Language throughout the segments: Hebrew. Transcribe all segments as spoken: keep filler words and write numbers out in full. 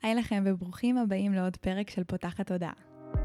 היי לכם וברוכים הבאים לעוד פרק של פותחת תודעה.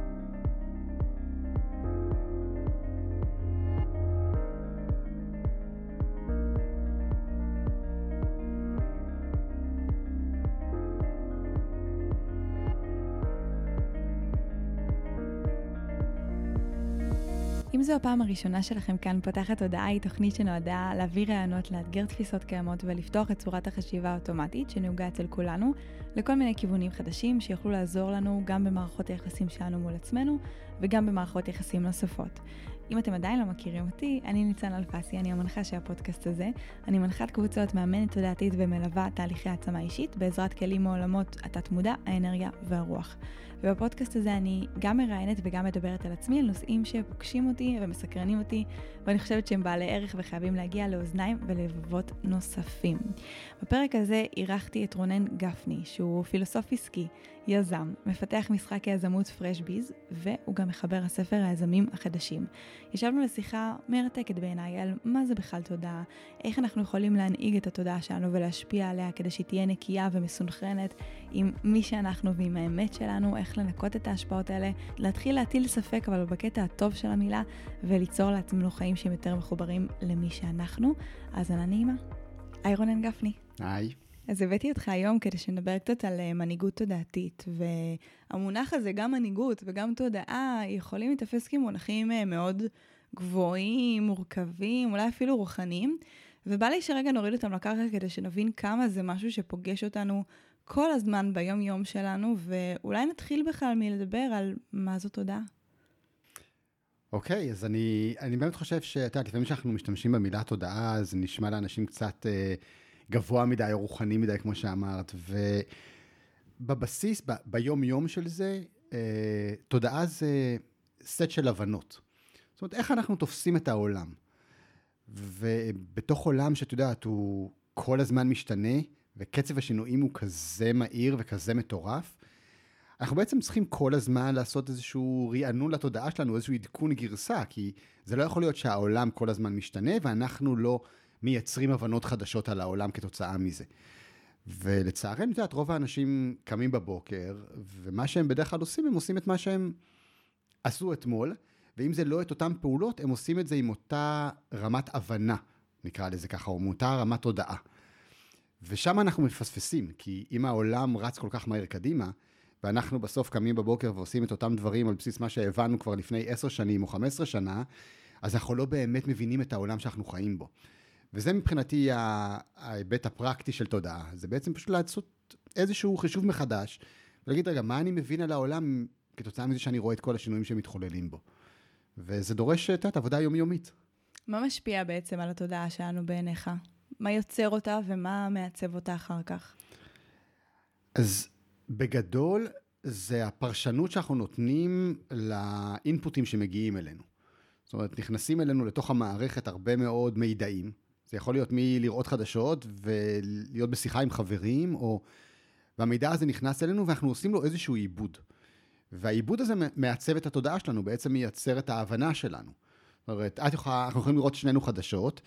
אם זו הפעם הראשונה שלכם כאן, פותחת תודעה היא תוכנית שנועדה להביא רעיונות, לאתגר תפיסות קיימות ולפתוח את צורת החשיבה האוטומטית שנהוגה אצל כולנו לכל מיני כיוונים חדשים שיוכלו לעזור לנו גם במערכות היחסים שלנו מול עצמנו וגם במערכות יחסים נוספות. אם אתם עדיין לא מכירים אותי, אני ניצן אלפסי, אני המנחה של הפודקאסט הזה. אני מנחת קבוצות, מאמנת תודעתית ומלווה תהליכי העצמה אישית בעזרת כלים מעולמות התת מודע, האנרגיה והרוח. ובפודקאסט הזה אני גם מראיינת וגם מדברת על עצמי, על נושאים שפוגשים אותי ומסקרנים אותי, ואני חושבת שהם בעלי ערך וחייבים להגיע לאוזניים ולבבות נוספים. בפרק הזה אירחתי את רונן גפני, שהוא פילוסוף עסקי, יזם, מפתח משחק היזמות פרש ביז, והוא גם מחבר הספר היזמים החדשים. ישבנו לשיחה מרתקת בעיניי על מה זה בכלל תודעה, איך אנחנו יכולים להנהיג את התודעה שלנו ולהשפיע עליה כדי שהיא תהיה נקייה ומסונכרנת עם מי שאנחנו ועם האמת שלנו, איך לנקות את ההשפעות האלה, להתחיל להטיל ספק אבל בקטע הטוב של המילה, וליצור לעצמנו חיים שהם יותר מחוברים למי שאנחנו. אז אני נעימה. היי רונן גפני. היי. אז הבאתי אותך היום כדי שנדבר קצת על מנהיגות תודעתית, והמונח הזה, גם מנהיגות וגם תודעה, יכולים להתאפס כמונחים מאוד גבוהים, מורכבים, אולי אפילו רוחניים, ובא לי שרגע נוריד אותם לקרקע כדי שנבין כמה זה משהו שפוגש אותנו כל הזמן ביום יום שלנו, ואולי נתחיל בכלל מלדבר על מה זו תודעה. אוקיי, אז אני, אני באמת חושב שאתה, לפעמים שאנחנו משתמשים במילה תודעה, זה נשמע לאנשים קצת אה, גבוה מדי או רוחני מדי, כמו שאמרת, ובבסיס, ב, ביום יום של זה, אה, תודעה זה סט של הבנות. זאת אומרת, איך אנחנו תופסים את העולם? ובתוך עולם שאת יודעת, הוא כל הזמן משתנה, וקצב השינויים הוא כזה מהיר וכזה מטורף, אנחנו בעצם צריכים כל הזמן לעשות איזשהו רענון לתודעה שלנו, איזשהו עדכון גרסה, כי זה לא יכול להיות שהעולם כל הזמן משתנה, ואנחנו לא מייצרים הבנות חדשות על העולם כתוצאה מזה. ולצערנו, את יודעת, רוב האנשים קמים בבוקר, ומה שהם בדרך כלל עושים, הם עושים את מה שהם עשו אתמול, ואם זה לא את אותם פעולות, הם עושים את זה עם אותה רמת הבנה, נקרא לזה ככה, או עם אותה רמת תודעה. ושם אנחנו מפספסים, כי אם העולם רץ כל כך מהר קדימה, ואנחנו בסוף קמים בבוקר ועושים את אותם דברים על בסיס מה שהבנו כבר לפני עשר שנים או חמש עשרה שנה, אז אנחנו לא באמת מבינים את העולם שאנחנו חיים בו. וזה מבחינתי ההיבט הפרקטי של תודעה. זה בעצם פשוט לעשות איזשהו חישוב מחדש, ולהגיד, רגע, מה אני מבין על העולם כתוצאה מזה שאני רואה את כל השינויים שמתחוללים בו. וזה דורש את עבודה יומיומית. מה משפיע בעצם על התודעה שלנו בעיניך? מה יוצר אותה ומה מעצב אותה אחר כך? אז בגדול, זה הפרשנות שאנחנו נותנים לאינפוטים שמגיעים אלינו. זאת אומרת, נכנסים אלינו לתוך המערכת הרבה מאוד מידעים. זה יכול להיות מלראות חדשות ולהיות בשיחה עם חברים, או... והמידע הזה נכנס אלינו ואנחנו עושים לו איזשהו עיבוד. והעיבוד הזה מעצב את התודעה שלנו, בעצם מייצר את ההבנה שלנו. זאת אומרת, את יכולה, אנחנו יכולים לראות שנינו חדשות,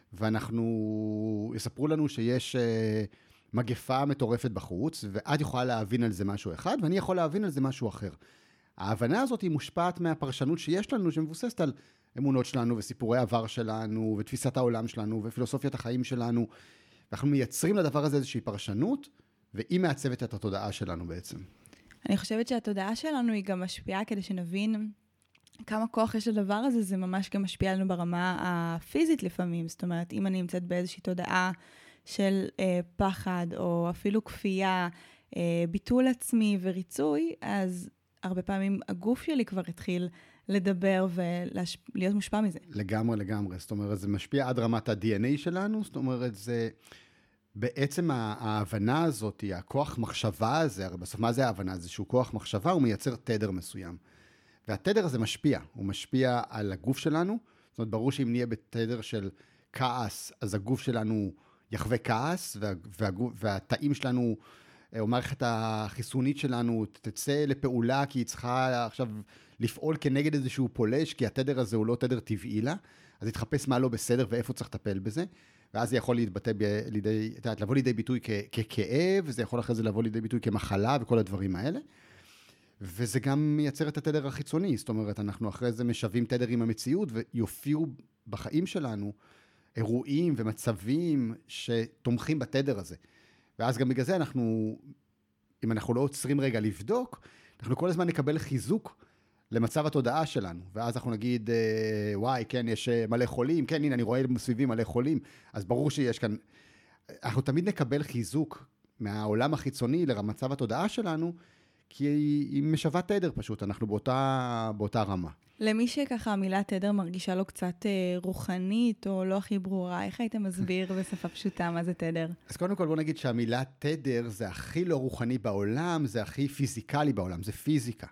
ואנחנו, יספרו לנו שיש מגפה מטורפת בחוץ, ואת יכולה להבין על זה משהו אחד, ואני יכול להבין על זה משהו אחר. ההבנה הזאת היא מושפעת מהפרשנות שיש לנו, שמבוססת על אמונות שלנו, וסיפורי עבר שלנו, ותפיסת העולם שלנו, ופילוסופיית החיים שלנו, ואנחנו מייצרים לדבר הזה איזושהי פרשנות, והיא מעצבת את התודעה שלנו בעצם. אני חושבת שהתודעה שלנו היא גם משפיעה כדי שנבין כמה כוח יש לדבר הזה, זה ממש גם משפיע עלינו ברמה הפיזית לפעמים. זאת אומרת, אם אני נמצאת באיזושהי תודעה של אה, פחד, או אפילו כפייה, אה, ביטול עצמי וריצוי, אז הרבה פעמים הגוף שלי כבר התחיל לדבר ולהיות מושפע מזה. לגמרי, לגמרי. זאת אומרת, זה משפיע עד רמת ה-די אן איי שלנו, זאת אומרת, זה... בעצם ההבנה הזאת, הכוח מחשבה הזה, הרי בסוף מה זה ההבנה? זה שהוא כוח מחשבה, הוא מייצר תדר מסוים. והתדר הזה משפיע, הוא משפיע על הגוף שלנו, זאת אומרת, ברור שאם נהיה בתדר של כעס, אז הגוף שלנו יחווה כעס, וה, והגוף, והתאים שלנו, או מערכת החיסונית שלנו, תצא לפעולה, כי היא צריכה עכשיו לפעול כנגד איזשהו פולש, כי התדר הזה הוא לא תדר טבעי לה, אז יתחפש מה לא בסדר ואיפה צריך לטפל בזה. ואז זה יכול להתבטא ב- לידי, את יודעת, לבוא לידי ביטוי כ- ככאב, וזה יכול אחרי זה לבוא לידי ביטוי כמחלה וכל הדברים האלה. וזה גם מייצר את התדר החיצוני, זאת אומרת, אנחנו אחרי זה משווים תדר עם המציאות, ויופיעו בחיים שלנו אירועים ומצבים שתומכים בתדר הזה. ואז גם בגלל זה אנחנו, אם אנחנו לא עוצרים רגע לבדוק, אנחנו כל הזמן נקבל חיזוק למצב התודעה שלנו, ואז אנחנו נגיד, וואי, כן, יש מלא חולים, כן, הנה, אני רואה מסביבי מלא חולים, אז ברור שיש כאן, אנחנו תמיד נקבל חיזוק מהעולם החיצוני למצב התודעה שלנו, כי היא משווה תדר פשוט, אנחנו באותה, באותה רמה. למי שככה המילה תדר מרגישה לו קצת אה, רוחנית, או לא הכי ברורה, איך היית מסביר בשפה פשוטה מה זה תדר? אז קודם כל בוא נגיד שהמילה תדר זה הכי לא רוחני בעולם, זה הכי פיזיקלי בעולם, זה פיזיקה.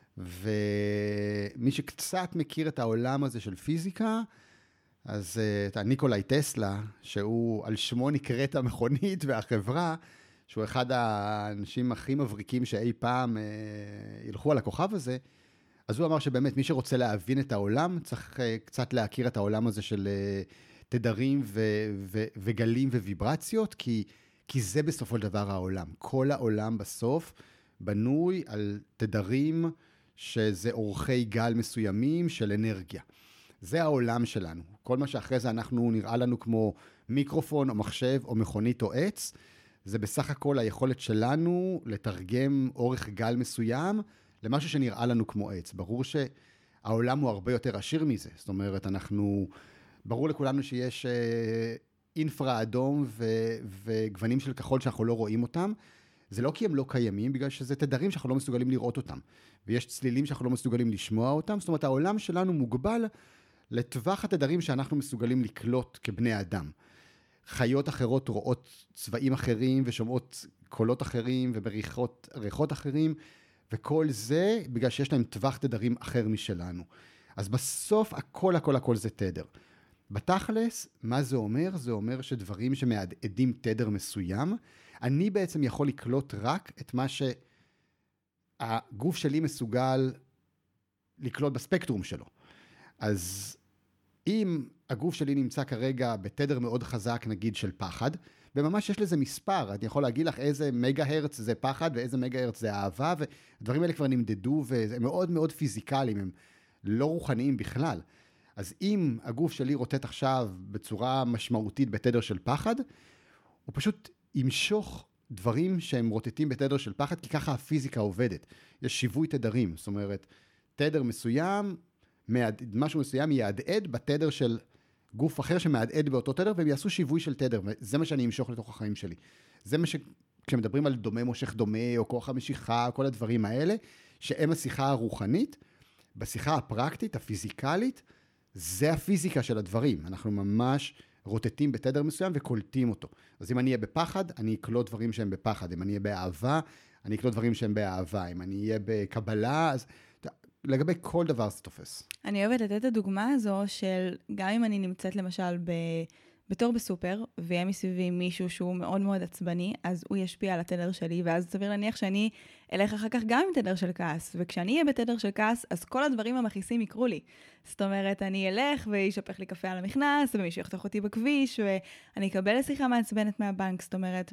ומי שקצת מכיר את העולם הזה של פיזיקה, אז אתה ניקולאי טסלה, שהוא על שמו נקראת המכונית והחברה, שהוא אחד האנשים הכי מבריקים שאי פעם אה, ילכו על הכוכב הזה, אז הוא אמר שבאמת מי שרוצה להבין את העולם, צריך אה, קצת להכיר את העולם הזה של אה, תדרים ו- ו- וגלים וויברציות, כי, כי זה בסופו של דבר העולם. כל העולם בסוף בנוי על תדרים שזה אורכי גל מסוימים של אנרגיה. זה העולם שלנו. כל מה שאחרי זה אנחנו נראה לנו כמו מיקרופון או מחשב או מכונית או עץ, זה בסך הכל היכולת שלנו לתרגם אורך גל מסוים למשהו שנראה לנו כמו עץ. ברור שהעולם הוא הרבה יותר עשיר מזה. זאת אומרת, אנחנו, ברור לכולנו שיש אינפרה אדום ו- וגוונים של כחול שאנחנו לא רואים אותם. זה לא כי הם לא קיימים, בגלל שזה תדרים שאנחנו לא מסוגלים לראות אותם. ויש צלילים שאנחנו לא מסוגלים לשמוע אותם. זאת אומרת, העולם שלנו מוגבל לטווח התדרים שאנחנו מסוגלים לקלוט כבני אדם. חיות אחרות רואות צבעים אחרים ושומעות קולות אחרים ובריחות ריחות אחרים, וכל זה בגלל שיש להם טווח תדרים אחר משלנו. אז בסוף הכל הכל הכל זה תדר. בתכלס, מה זה אומר? זה אומר שדברים שמעדדים תדר מסוים, אני בעצם יכול לקלוט רק את מה שהגוף שלי מסוגל לקלוט בספקטרום שלו. אז אם הגוף שלי נמצא כרגע בתדר מאוד חזק, נגיד של פחד, וממש יש לזה מספר, אני יכול להגיד לך איזה מגה הרץ זה פחד, ואיזה מגה הרץ זה אהבה, והדברים האלה כבר נמדדו, והם מאוד מאוד פיזיקליים, הם לא רוחניים בכלל. אז אם הגוף שלי רוטט עכשיו בצורה משמעותית בתדר של פחד, הוא פשוט ימשוך דברים שהם רוטטים בתדר של פחד, כי ככה הפיזיקה עובדת. יש שיווי תדרים, זאת אומרת, תדר מסוים, משהו מסוים יעדעד בתדר של גוף אחר שמעדעד באותו תדר, והם יעשו שיווי של תדר, וזה מה שאני אמשוך לתוך החיים שלי. זה מה ש... כשמדברים על דומה מושך דומה, או כוח המשיכה, כל הדברים האלה, שהם השיחה הרוחנית, בשיחה הפרקטית, הפיזיקלית, זה הפיזיקה של הדברים. אנחנו ממש רוטטים בתדר מסוים וקולטים אותו. אז אם אני אהיה בפחד, אני אקלוט דברים שהם בפחד. אם אני אהיה באהבה, אני אקלוט דברים שהם באהבה. אם אני אהיה בקבלה, אז לגבי כל דבר זה תופס. אני אוהבת לתת את הדוגמה הזו של, גם אם אני נמצאת למשל ב... בתור בסופר, ויהיה מסביבי מישהו שהוא מאוד מאוד עצבני, אז הוא ישפיע על התדר שלי, ואז סביר להניח שאני אלך אחר כך גם עם תדר של כעס, וכשאני אהיה בתדר של כעס, אז כל הדברים המכעיסים יקרו לי. זאת אומרת, אני אלך וישפך לי קפה על המכנס, ומישהו יחתוך אותי בכביש, ואני אקבל שיחה מעצבנת מהבנק. זאת אומרת,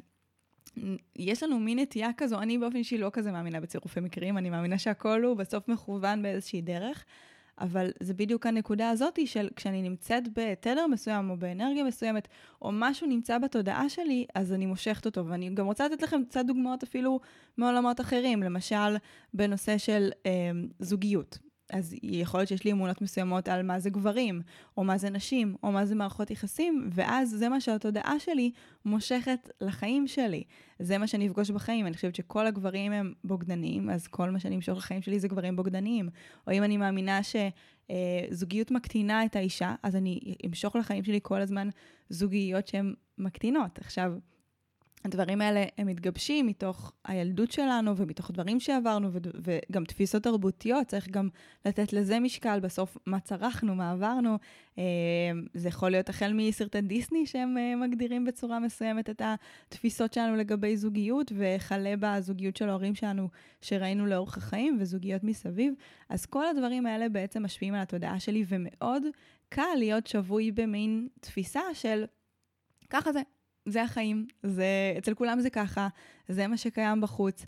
יש לנו מין נטייה כזו, אני באופן אישי לא כזה מאמינה בצירופי מקרים, אני מאמינה שהכל הוא בסוף מכוון באיזושהי דרך, אבל זה בדיוק הנקודה הזאת של כשאני נמצאת בתדר מסוים או באנרגיה מסוימת, או משהו נמצא בתודעה שלי, אז אני מושכת אותו. ואני גם רוצה לתת לכם קצת דוגמאות אפילו מעולמות אחרים, למשל בנושא של אה, זוגיות. אז יכול להיות שיש לי אמונות מסוימות על מה זה גברים, או מה זה נשים, או מה זה מערכות יחסים, ואז זה מה שהתודעה שלי מושכת לחיים שלי. זה מה שאני אפגוש בחיים. אני חושבת שכל הגברים הם בוגדניים, אז כל מה שאני אמשוך לחיים שלי זה גברים בוגדניים. או אם אני מאמינה שזוגיות מקטינה את האישה, אז אני אמשוך לחיים שלי כל הזמן זוגיות שהן מקטינות. עכשיו, הדברים האלה הם מתגבשים מתוך הילדות שלנו ומתוך דברים שעברנו וגם תפיסות תרבותיות, צריך גם לתת לזה משקל בסוף מה צרכנו, מה עברנו. זה יכול להיות החל מסרטי דיסני שהם מגדירים בצורה מסוימת את התפיסות שלנו לגבי זוגיות, וחלה בזוגיות של ההורים שלנו שראינו לאורך החיים וזוגיות מסביב. אז כל הדברים האלה בעצם משפיעים על התודעה שלי, ומאוד קל להיות שבוי במין תפיסה של ככה זה, זה החיים, זה, אצל כולם זה ככה, זה מה שקיים בחוץ,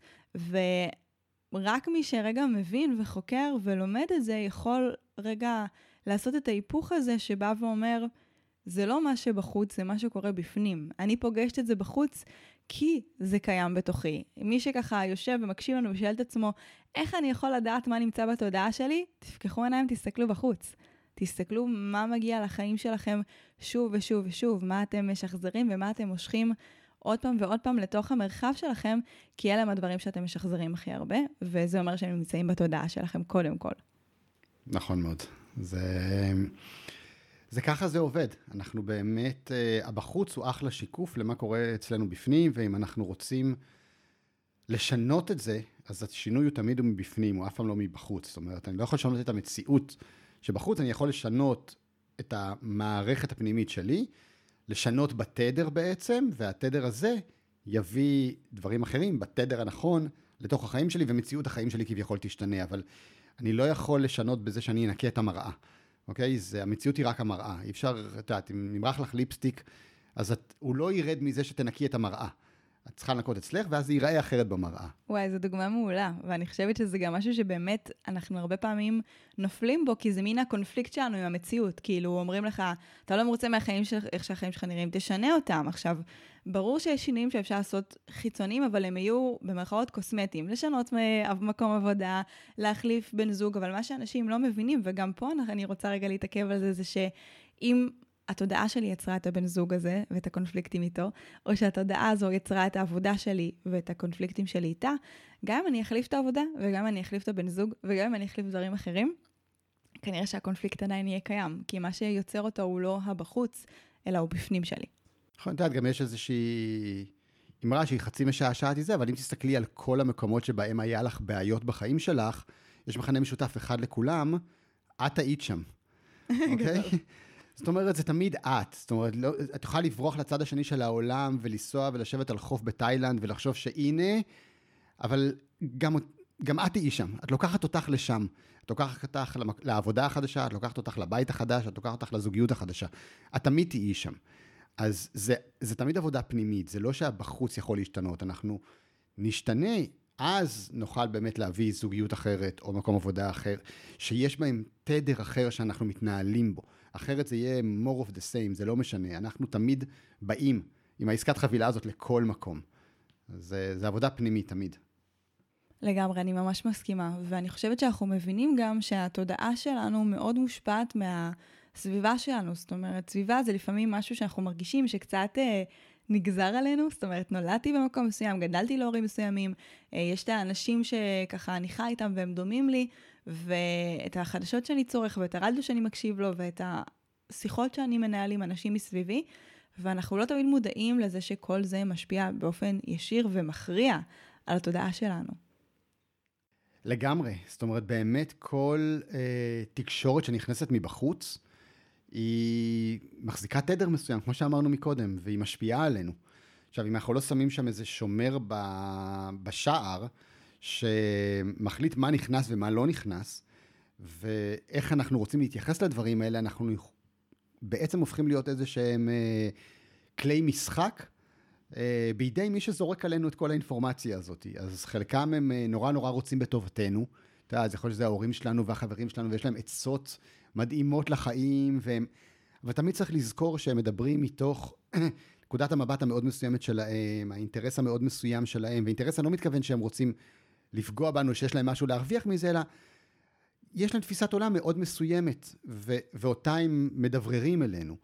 ורק מי שרגע מבין וחוקר ולומד את זה, יכול רגע לעשות את ההיפוך הזה שבא ואומר, זה לא מה שבחוץ, זה מה שקורה בפנים. אני פוגשת את זה בחוץ, כי זה קיים בתוכי. מי שככה יושב ומקשיב לנו ושואל את עצמו, איך אני יכול לדעת מה נמצא בתודעה שלי? תפקחו עיניים, תסתכלו בחוץ. תסתכלו מה מגיע לחיים שלכם שוב ושוב ושוב, מה אתם משחזרים ומה אתם מושכים עוד פעם ועוד פעם לתוך המרחב שלכם, כי אלה הם הדברים שאתם משחזרים הכי הרבה, וזה אומר שהם נמצאים בתודעה שלכם קודם כל. נכון מאוד. זה... זה ככה זה עובד. אנחנו באמת, הבחוץ הוא אחלה שיקוף למה קורה אצלנו בפנים, ואם אנחנו רוצים לשנות את זה, אז השינוי הוא תמיד הוא מבפנים, הוא אף פעם לא מבחוץ. זאת אומרת, אני לא יכול לשנות את המציאות שבחוץ, אני יכול לשנות את המערכת הפנימית שלי, לשנות בתדר בעצם, והתדר הזה יביא דברים אחרים, בתדר הנכון, לתוך החיים שלי, ומציאות החיים שלי כביכול תשתנה, אבל אני לא יכול לשנות בזה שאני אנקה את המראה. אוקיי? זה, המציאות היא רק המראה. אי אפשר, את יודעת, אם נמרח לך ליפסטיק, אז את, הוא לא ירד מזה שתנקי את המראה. את צריכה לנקות אצלך, ואז זה ייראה אחרת במראה. וואי, זו דוגמה מעולה, ואני חושבת שזה גם משהו שבאמת אנחנו הרבה פעמים נופלים בו, כי זה מין הקונפליקט שלנו עם המציאות. כאילו, אומרים לך, אתה לא מרוצה מהחיים שלך, איך שהחיים שלך נראים, תשנה אותם. עכשיו, ברור שיש שינויים שאפשר לעשות חיצוניים, אבל הם יהיו במרכאות קוסמטיים, לשנות מקום עבודה, להחליף בן זוג, אבל מה שאנשים לא מבינים, וגם פה אני רוצה רגע להתעכב על זה, זה שאם התודעה שלי יצרה את הבן זוג הזה ואת הקונפליקטים איתו, או שהתודעה הזו יצרה את העבודה שלי ואת הקונפליקטים שלי איתה, גם אם אני אחליף את העבודה, וגם אם אני אחליף את הבן זוג, וגם אם אני אחליף דברים אחרים, כנראה שהקונפליקט עדיין יהיה קיים, כי מה שיוצר אותו הוא לא הבחוץ, אלא הוא בפנים שלי. נכון, את יודעת, גם יש איזושהי אמרה שהיא חצי משעשעת זה, אבל אם תסתכלי על כל המקומות שבהם היה לך בעיות בחיים שלך, יש מכנה משותף אחד לכולם, את היית שם. אוקיי? זאת אומרת, זה תמיד את. זאת אומרת, לא, את יכולה לברוח לצד השני של העולם, ולנסוע ולשבת על חוף בתאילנד, ולחשוב שהנה, אבל גם, גם את תהיי שם. את לוקחת אותך לשם. את לוקחת אותך לעבודה החדשה, את לוקחת אותך לבית החדש, את לוקחת אותך לזוגיות החדשה. את תמיד תהיי שם. אז זה, זה תמיד עבודה פנימית. זה לא שהבחוץ יכול להשתנות. אנחנו נשתנה, אז נוכל באמת להביא זוגיות אחרת, או מקום עבודה אחר, שיש בהם תדר אחר שאנחנו מתנהלים בו. אחרת זה יהיה more of the same, זה לא משנה. אנחנו תמיד באים עם העסקת חבילה הזאת לכל מקום. זה, זה עבודה פנימית תמיד. לגמרי, אני ממש מסכימה. ואני חושבת שאנחנו מבינים גם שהתודעה שלנו מאוד מושפעת מהסביבה שלנו. זאת אומרת, סביבה זה לפעמים משהו שאנחנו מרגישים שקצת אה, נגזר עלינו. זאת אומרת, נולדתי במקום מסוים, גדלתי להורים מסוימים. אה, יש את האנשים שככה אני חי איתם והם דומים לי, ואת החדשות שאני צורך, ואת הרדיו שאני מקשיב לו, ואת השיחות שאני מנהל עם אנשים מסביבי, ואנחנו לא תמיד מודעים לזה שכל זה משפיע באופן ישיר ומכריע על התודעה שלנו. לגמרי. זאת אומרת, באמת כל אה, תקשורת שנכנסת מבחוץ, היא מחזיקה תדר מסוים, כמו שאמרנו מקודם, והיא משפיעה עלינו. עכשיו, אם אנחנו לא שמים שם איזה שומר ב, בשער, שמחליט מה נכנס ומה לא נכנס, ואיך אנחנו רוצים להתייחס לדברים האלה, אנחנו בעצם הופכים להיות איזה שהם אה, כלי משחק, אה, בידי מי שזורק עלינו את כל האינפורמציה הזאת. אז חלקם הם אה, נורא נורא רוצים בטובתנו, אתה יודע, זה יכול להיות שזה ההורים שלנו והחברים שלנו, ויש להם עצות מדהימות לחיים, והם, אבל תמיד צריך לזכור שהם מדברים מתוך נקודת המבט המאוד מסוימת שלהם, האינטרס המאוד מסוים שלהם, ואינטרס אני לא מתכוון שהם רוצים לפגוע בנו, שיש להם משהו להרוויח מזה, אלא יש להם תפיסת עולם מאוד מסוימת, ו- ואותה הם מדבררים אלינו.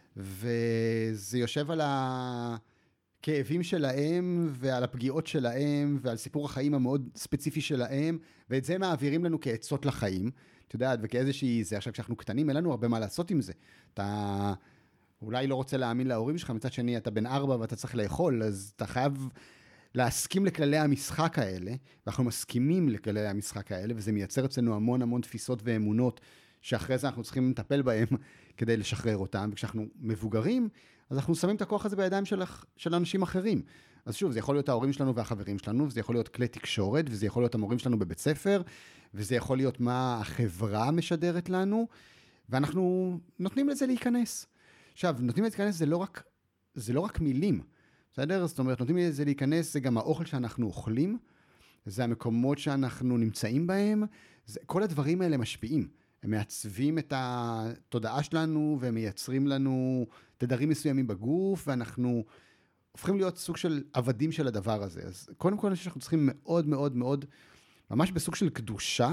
וזה יושב על הכאבים שלהם, ועל הפגיעות שלהם, ועל סיפור החיים המאוד ספציפי שלהם, ואת זה מעבירים לנו כעצות לחיים, אתה יודע, וכאיזושהי זה. עכשיו, כשאנחנו קטנים, אין לנו הרבה מה לעשות עם זה. אתה אולי לא רוצה להאמין להורים שלך, מצד שני, אתה בן ארבע ואתה צריך לאכול, אז אתה חייב להסכים לכללי המשחק האלה, ואנחנו מסכימים לכללי המשחק האלה, וזה מייצר אצלנו המון המון תפיסות ואמונות, שאחרי זה אנחנו צריכים לטפל בהם כדי לשחרר אותם, וכשאנחנו מבוגרים, אז אנחנו שמים את הכוח הזה בידיים של, של אנשים אחרים. אז שוב, זה יכול להיות ההורים שלנו והחברים שלנו, וזה יכול להיות כלי תקשורת, וזה יכול להיות המורים שלנו בבית ספר, וזה יכול להיות מה החברה משדרת לנו, ואנחנו נותנים לזה להיכנס. עכשיו, נותנים לזה להיכנס, זה לא רק זה לא רק מילים, בסדר? זאת אומרת, נותנים לי זה להיכנס, זה גם האוכל שאנחנו אוכלים, זה המקומות שאנחנו נמצאים בהם, זה, כל הדברים האלה משפיעים. הם מעצבים את התודעה שלנו, והם מייצרים לנו תדרים מסוימים בגוף, ואנחנו הופכים להיות סוג של עבדים של הדבר הזה. אז קודם כל, אני חושב שאנחנו צריכים מאוד מאוד מאוד, ממש בסוג של קדושה,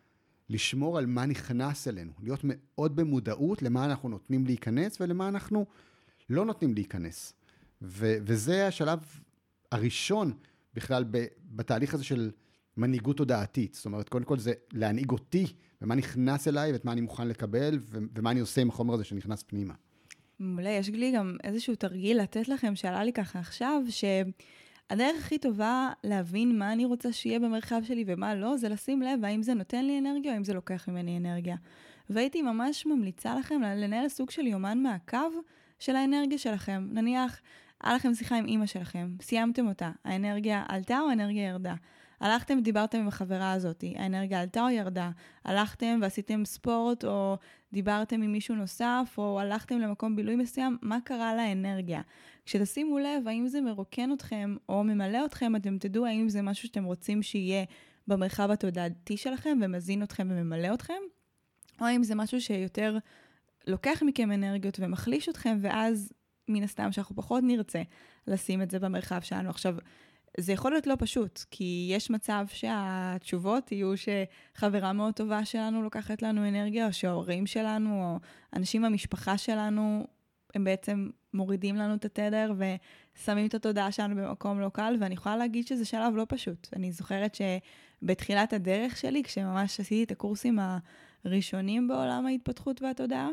לשמור על מה נכנס אלינו, להיות מאוד במודעות למה אנחנו נותנים להיכנס, ולמה אנחנו לא נותנים להיכנס. ו- וזה השלב הראשון בכלל ב- בתהליך הזה של מנהיגות תודעתית. זאת אומרת, קודם כל זה להנהיג אותי, ומה נכנס אליי, ואת מה אני מוכן לקבל, ו- ומה אני עושה עם החומר הזה שנכנס פנימה. מעולה, יש לי גם איזשהו תרגיל לתת לכם, שעלה לי ככה עכשיו, שהדרך הכי טובה להבין מה אני רוצה שיהיה במרחב שלי ומה לא, זה לשים לב האם זה נותן לי אנרגיה או האם זה לוקח ממני אנרגיה. והייתי ממש ממליצה לכם לנהל סוג של יומן מעקב של האנרגיה שלכם. נניח, היה לכם שיחה עם אמא שלכם, סיימתם אותה, האנרגיה עלתה או האנרגיה ירדה? הלכתם ודיברתם עם החברה הזאת, האנרגיה עלתה או ירדה? הלכתם ועשיתם ספורט או דיברתם עם מישהו נוסף או הלכתם למקום בילוי מסוים, מה קרה לאנרגיה? כשתשימו לב האם זה מרוקן אתכם או ממלא אתכם, אתם תדעו האם זה משהו שאתם רוצים שיהיה במרחב התודעתי שלכם ומזין אתכם וממלא אתכם, או האם זה משהו שיותר לוקח מכם אנרגיות ומחליש אתכם, ואז מן הסתם שאנחנו פחות נרצה לשים את זה במרחב שלנו. עכשיו, זה יכול להיות לא פשוט, כי יש מצב שהתשובות יהיו שחברה מאוד טובה שלנו לוקחת לנו אנרגיה, או שההורים שלנו, או אנשים במשפחה שלנו, הם בעצם מורידים לנו את התדר, ושמים את התודעה שלנו במקום לא קל, ואני יכולה להגיד שזה שלב לא פשוט. אני זוכרת שבתחילת הדרך שלי, כשממש עשיתי את הקורסים הראשונים בעולם ההתפתחות והתודעה,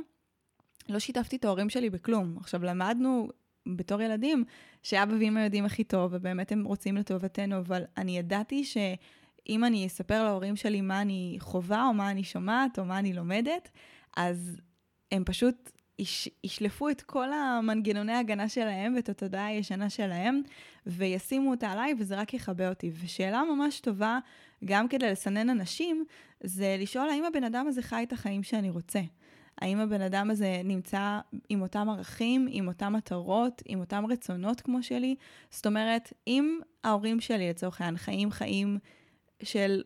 לא שיתפתי את ההורים שלי בכלום. עכשיו, למדנו בתור ילדים שאבא ואמא יודעים הכי טוב, ובאמת הם רוצים לטובתנו, אבל אני ידעתי שאם אני אספר להורים שלי מה אני חובה, או מה אני שומעת, או מה אני לומדת, אז הם פשוט יש, ישלפו את כל המנגנוני ההגנה שלהם, ואת התודעה הישנה שלהם, וישימו אותה עליי, וזה רק יחבא אותי. ושאלה ממש טובה, גם כדי לסנן אנשים, זה לשאול האם הבן אדם הזה חי את החיים שאני רוצה. האם הבן אדם הזה נמצא עם אותם ערכים, עם אותם מטרות, עם אותם רצונות כמו שלי? זאת אומרת, אם ההורים שלי לצורך העניין חיים חיים של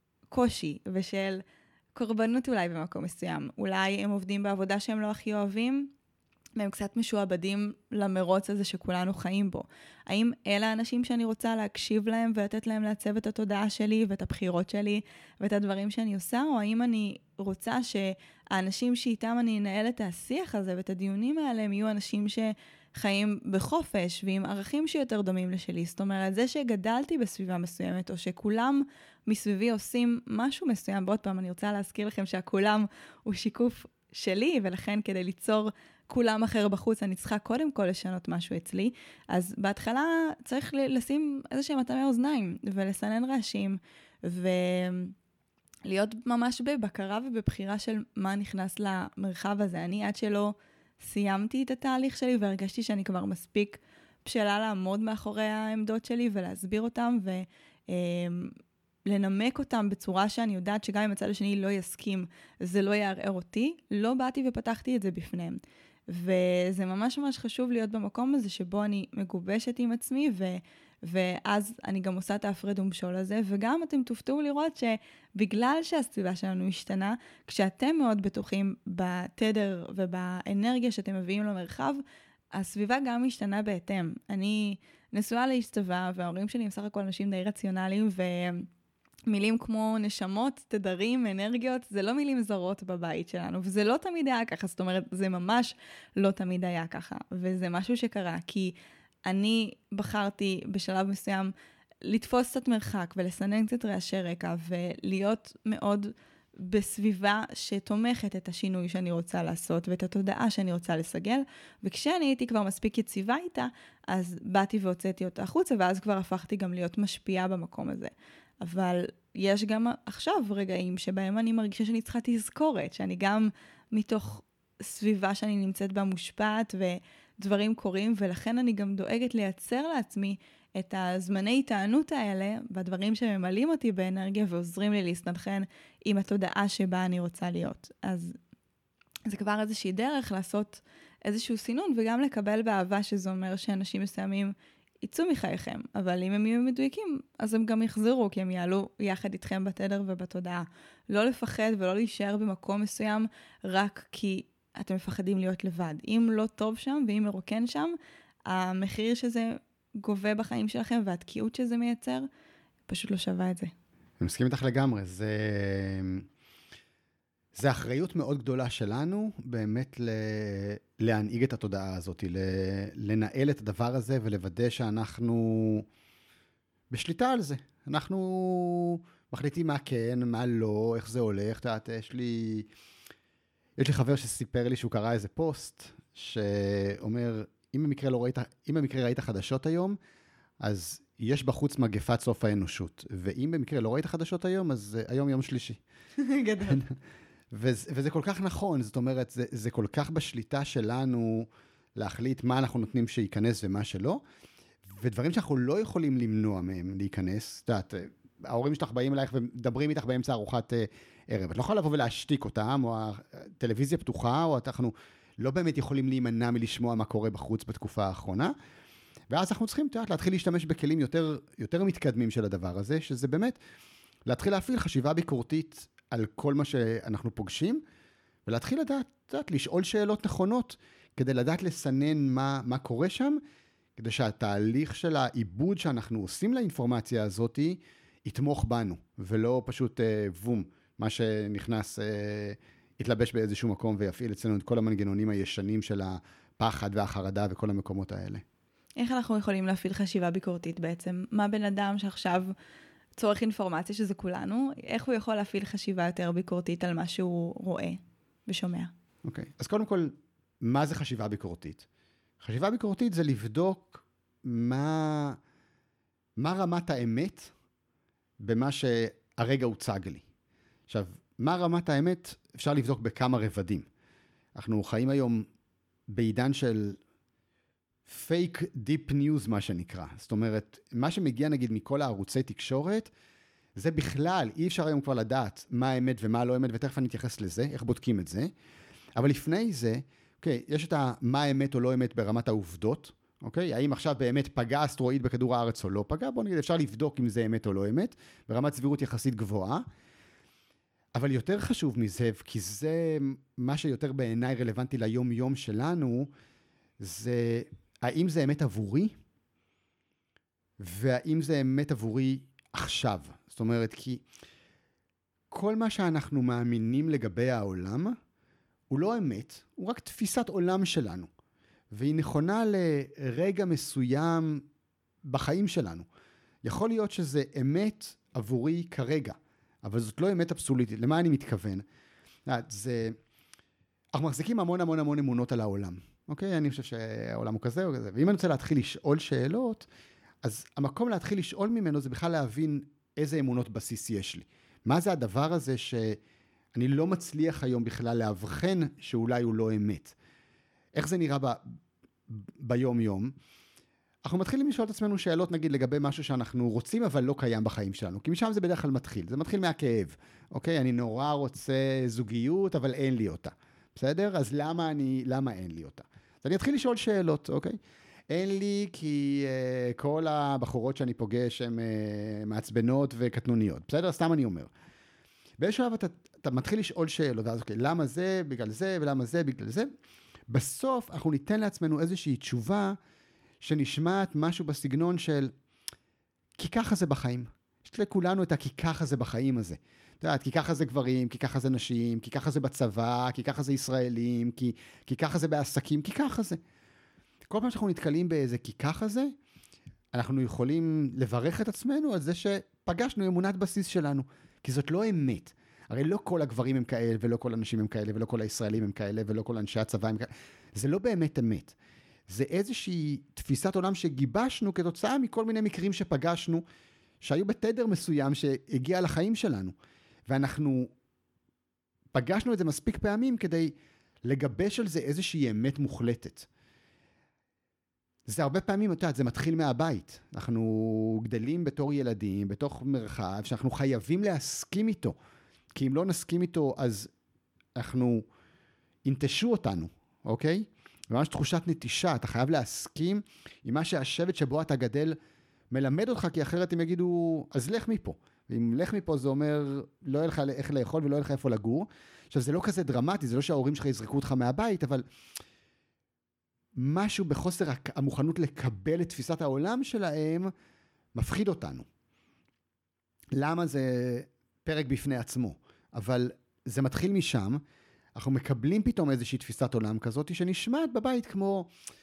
קושי ושל קורבנות אולי במקום מסוים, אולי הם עובדים בעבודה שהם לא הכי אוהבים, והם קצת משועבדים למרוץ הזה שכולנו חיים בו. האם אלה האנשים שאני רוצה להקשיב להם ולתת להם לעצב את התודעה שלי ואת הבחירות שלי ואת הדברים שאני עושה, או האם אני רוצה שהאנשים שאיתם אני אנהל את השיח הזה ואת הדיונים האלה, הם יהיו אנשים שחיים בחופש ועם ערכים שיותר דומים לשלי. זאת אומרת, זה שגדלתי בסביבה מסוימת, או שכולם מסביבי עושים משהו מסוים, בעוד פעם אני רוצה להזכיר לכם שהכולם הוא שיקוף שלי, ולכן כדי ליצור כולם אחר בחוץ, אני צריכה קודם כל לשנות משהו אצלי. אז בהתחלה צריך לשים איזושהי מטעמי אוזניים, ולסנן רעשים, ולהיות ממש בבקרה ובבחירה של מה נכנס למרחב הזה. אני עד שלא סיימתי את התהליך שלי, והרגשתי שאני כבר מספיק בשלה לעמוד מאחורי העמדות שלי, ולהסביר אותם, ולנמק אותם בצורה שאני יודעת שגם אם הצד השני לא יסכים, זה לא יערער אותי, לא באתי ופתחתי את זה בפניהם. וזה ממש ממש חשוב להיות במקום הזה שבו אני מגובשת עם עצמי, ו, ואז אני גם עושה את ההפרד ומשול הזה, וגם אתם תופתעו לראות שבגלל שהסביבה שלנו השתנה, כשאתם מאוד בטוחים בתדר ובאנרגיה שאתם מביאים למרחב, הסביבה גם השתנה בהתאם. אני נשואה לאיש צבא, וההורים שלי הם סך הכל אנשים די רציונליים, ו... מילים כמו נשמות, תדרים, אנרגיות, זה לא מילים זרות בבית שלנו, וזה לא תמיד היה ככה, זאת אומרת, זה ממש לא תמיד היה ככה, וזה משהו שקרה, כי אני בחרתי בשלב מסוים לתפוס קצת מרחק, ולסנן קצת רעשי רקע, ולהיות מאוד בסביבה שתומכת את השינוי שאני רוצה לעשות, ואת התודעה שאני רוצה לסגל, וכשאני הייתי כבר מספיק יציבה איתה, אז באתי והוצאתי אותה החוצה, ואז כבר הפכתי גם להיות משפיעה במקום הזה. אבל יש גם עכשיו רגעים שבהם אני מרגישה שאני צריכה תזכורת, שאני גם מתוך סביבה שאני נמצאת בה מושפעת ודברים קורים, ולכן אני גם דואגת לייצר לעצמי את הזמני התענות האלה, בדברים שממלאים אותי באנרגיה ועוזרים לי להסתנכרן עם התודעה שבה אני רוצה להיות. אז זה כבר איזושהי דרך לעשות איזשהו סינון, וגם לקבל באהבה, שזה אומר שאנשים מסוימים יצאו מחייכם, אבל אם הם יהיו מדויקים, אז הם גם יחזרו, כי הם יעלו יחד איתכם בתדר ובתודעה. לא לפחד ולא להישאר במקום מסוים, רק כי אתם מפחדים להיות לבד. אם לא טוב שם, ואם מרוקן שם, המחיר שזה גובה בחיים שלכם, והתקיעות שזה מייצר, פשוט לא שווה את זה. אני מסכים איתך לגמרי. זה, זה אחריות מאוד גדולה שלנו, באמת ל... להנהיג את התודעה הזאת, לנהל את הדבר הזה ולוודא שאנחנו בשליטה על זה. אנחנו מחליטים מה כן, מה לא, איך זה הולך. תעת, יש לי, יש לי חבר שסיפר לי שהוא קרא איזה פוסט, שאומר, אם במקרה, לא ראית, אם במקרה ראית חדשות היום, אז יש בחוץ מגפת סוף האנושות. ואם במקרה לא ראית חדשות היום, אז היום יום שלישי. גדול. וזה, וזה כל כך נכון, זאת אומרת, זה, זה כל כך בשליטה שלנו להחליט מה אנחנו נותנים שייכנס ומה שלא, ודברים שאנחנו לא יכולים למנוע מהם להיכנס. את יודעת, ההורים שלך באים אלייך ומדברים איתך באמצע ארוחת ערב. את לא יכולה לבוא ולהשתיק אותם, או הטלוויזיה פתוחה, או אנחנו לא באמת יכולים להימנע מלשמוע מה קורה בחוץ בתקופה האחרונה. ואז אנחנו צריכים, את יודעת, להתחיל להשתמש בכלים יותר, יותר מתקדמים של הדבר הזה, שזה באמת להתחיל להפעיל חשיבה ביקורתית על כל מה שאנחנו פוגשים, ולהתחיל לדעת, לדעת, לשאול שאלות נכונות, כדי לדעת לסנן מה, מה קורה שם, כדי שהתהליך של העיבוד שאנחנו עושים לאינפורמציה הזאת, יתמוך בנו, ולא פשוט אה, וום, מה שנכנס, אה, יתלבש באיזשהו מקום, ויפעיל אצלנו את כל המנגנונים הישנים של הפחד והחרדה, וכל המקומות האלה. איך אנחנו יכולים להפעיל חשיבה ביקורתית בעצם? מה בן אדם שעכשיו צורך אינפורמציה, שזה כולנו, איך הוא יכול להפעיל חשיבה יותר ביקורתית על מה שהוא רואה ושומע? אוקיי, אז קודם כל, מה זה חשיבה ביקורתית? חשיבה ביקורתית זה לבדוק מה, מה רמת האמת במה שהרגע הוצג לי. עכשיו, מה רמת האמת אפשר לבדוק בכמה רבדים. אנחנו חיים היום בעידן של פייק דיפ ניוז, מה שנקרא. זאת אומרת, מה שמגיע נגיד מכל הערוצי תקשורת, זה בכלל, אי אפשר היום כבר לדעת מה האמת ומה לא האמת, ותכף אני אתייחס לזה, איך בודקים את זה. אבל לפני זה, אוקיי, יש את מה האמת או לא אמת ברמת העובדות, אוקיי? האם עכשיו באמת פגע אסטרואיד בכדור הארץ או לא פגע? בוא נגיד, אפשר לבדוק אם זה אמת או לא אמת, ברמת סבירות יחסית גבוהה. אבל יותר חשוב מזה, כי זה מה שיותר בעיניי רלוונטי ליום-יום שלנו, זה האם זה אמת עבורי, והאם זה אמת עבורי עכשיו. זאת אומרת, כי כל מה שאנחנו מאמינים לגבי העולם, הוא לא אמת, הוא רק תפיסת עולם שלנו. והיא נכונה לרגע מסוים בחיים שלנו. יכול להיות שזה אמת עבורי כרגע, אבל זאת לא אמת אבסולוטית. למה אני מתכוון? זה, אנחנו מחזיקים המון המון המון אמונות על העולם. אוקיי? אני חושב שהעולם הוא כזה או כזה. ואם אני רוצה להתחיל לשאול שאלות, אז המקום להתחיל לשאול ממנו זה בכלל להבין איזה אמונות בסיס יש לי. מה זה הדבר הזה שאני לא מצליח היום בכלל להבחן שאולי הוא לא אמת? איך זה נראה ב, ביום יום? אנחנו מתחילים לשאול את עצמנו שאלות, נגיד, לגבי משהו שאנחנו רוצים, אבל לא קיים בחיים שלנו. כי משם זה בדרך כלל מתחיל. זה מתחיל מהכאב. אוקיי? אני נורא רוצה זוגיות, אבל אין לי אותה. בסדר? אז למה אני, למה אין לי אותה? אז אני אתחיל לשאול שאלות, אוקיי? אין לי כי uh, כל הבחורות שאני פוגש הן uh, מעצבנות וקטנוניות. בסדר? סתם אני אומר. באיזשהו אהב אתה, אתה מתחיל לשאול שאלות, ואז אוקיי, למה זה בגלל זה, ולמה זה בגלל זה? בסוף אנחנו ניתן לעצמנו איזושהי תשובה שנשמעת משהו בסגנון של כי ככה זה בחיים. יש לכולנו את הכי ככה זה בחיים הזה. את יודעת, כי ככה זה גברים, כי ככה זה נשים, כי ככה זה בצבא, כי ככה זה ישראלים, כי, כי ככה זה בעסקים, כי ככה זה. כל פעם שאנחנו נתקלים באיזה כי ככה זה, אנחנו יכולים לברך את עצמנו על זה שפגשנו אמונת בסיס שלנו, כי זאת לא אמת. הרי לא כל הגברים הם כאלה, ולא כל הנשים הם כאלה, ולא כל הישראלים הם כאלה, ולא כל אנשי הצבא הם כאלה. זה לא באמת אמת. זה איזושהי תפיסת עולם שגיבשנו כתוצאה מכל מיני מקרים שפגשנו, שהיו בתדר מסוים שהגיע לחיים שלנו. ואנחנו פגשנו את זה מספיק פעמים כדי לגבש על זה איזושהי אמת מוחלטת. זה הרבה פעמים, אתה יודע, זה מתחיל מהבית. אנחנו גדלים בתור ילדים, בתוך מרחב, שאנחנו חייבים להסכים איתו. כי אם לא נסכים איתו, אז אנחנו ינטשו אותנו, אוקיי? ממש תחושת נטישה, אתה חייב להסכים עם מה שהשבט שבו אתה גדל מלמד אותך, כי אחרת הם יגידו, אז לך מפה. ואם לך מפה זה אומר, לא יהיה לך איך לאכול ולא יהיה לך איפה לגור. עכשיו, זה לא כזה דרמטי, זה לא שההורים שלך יזרקו אותך מהבית, אבל משהו בחוסר המוכנות לקבל את תפיסת העולם שלהם, מפחיד אותנו. למה? זה פרק בפני עצמו. אבל זה מתחיל משם, אנחנו מקבלים פתאום איזושהי תפיסת עולם כזאת, שנשמעת בבית כמו,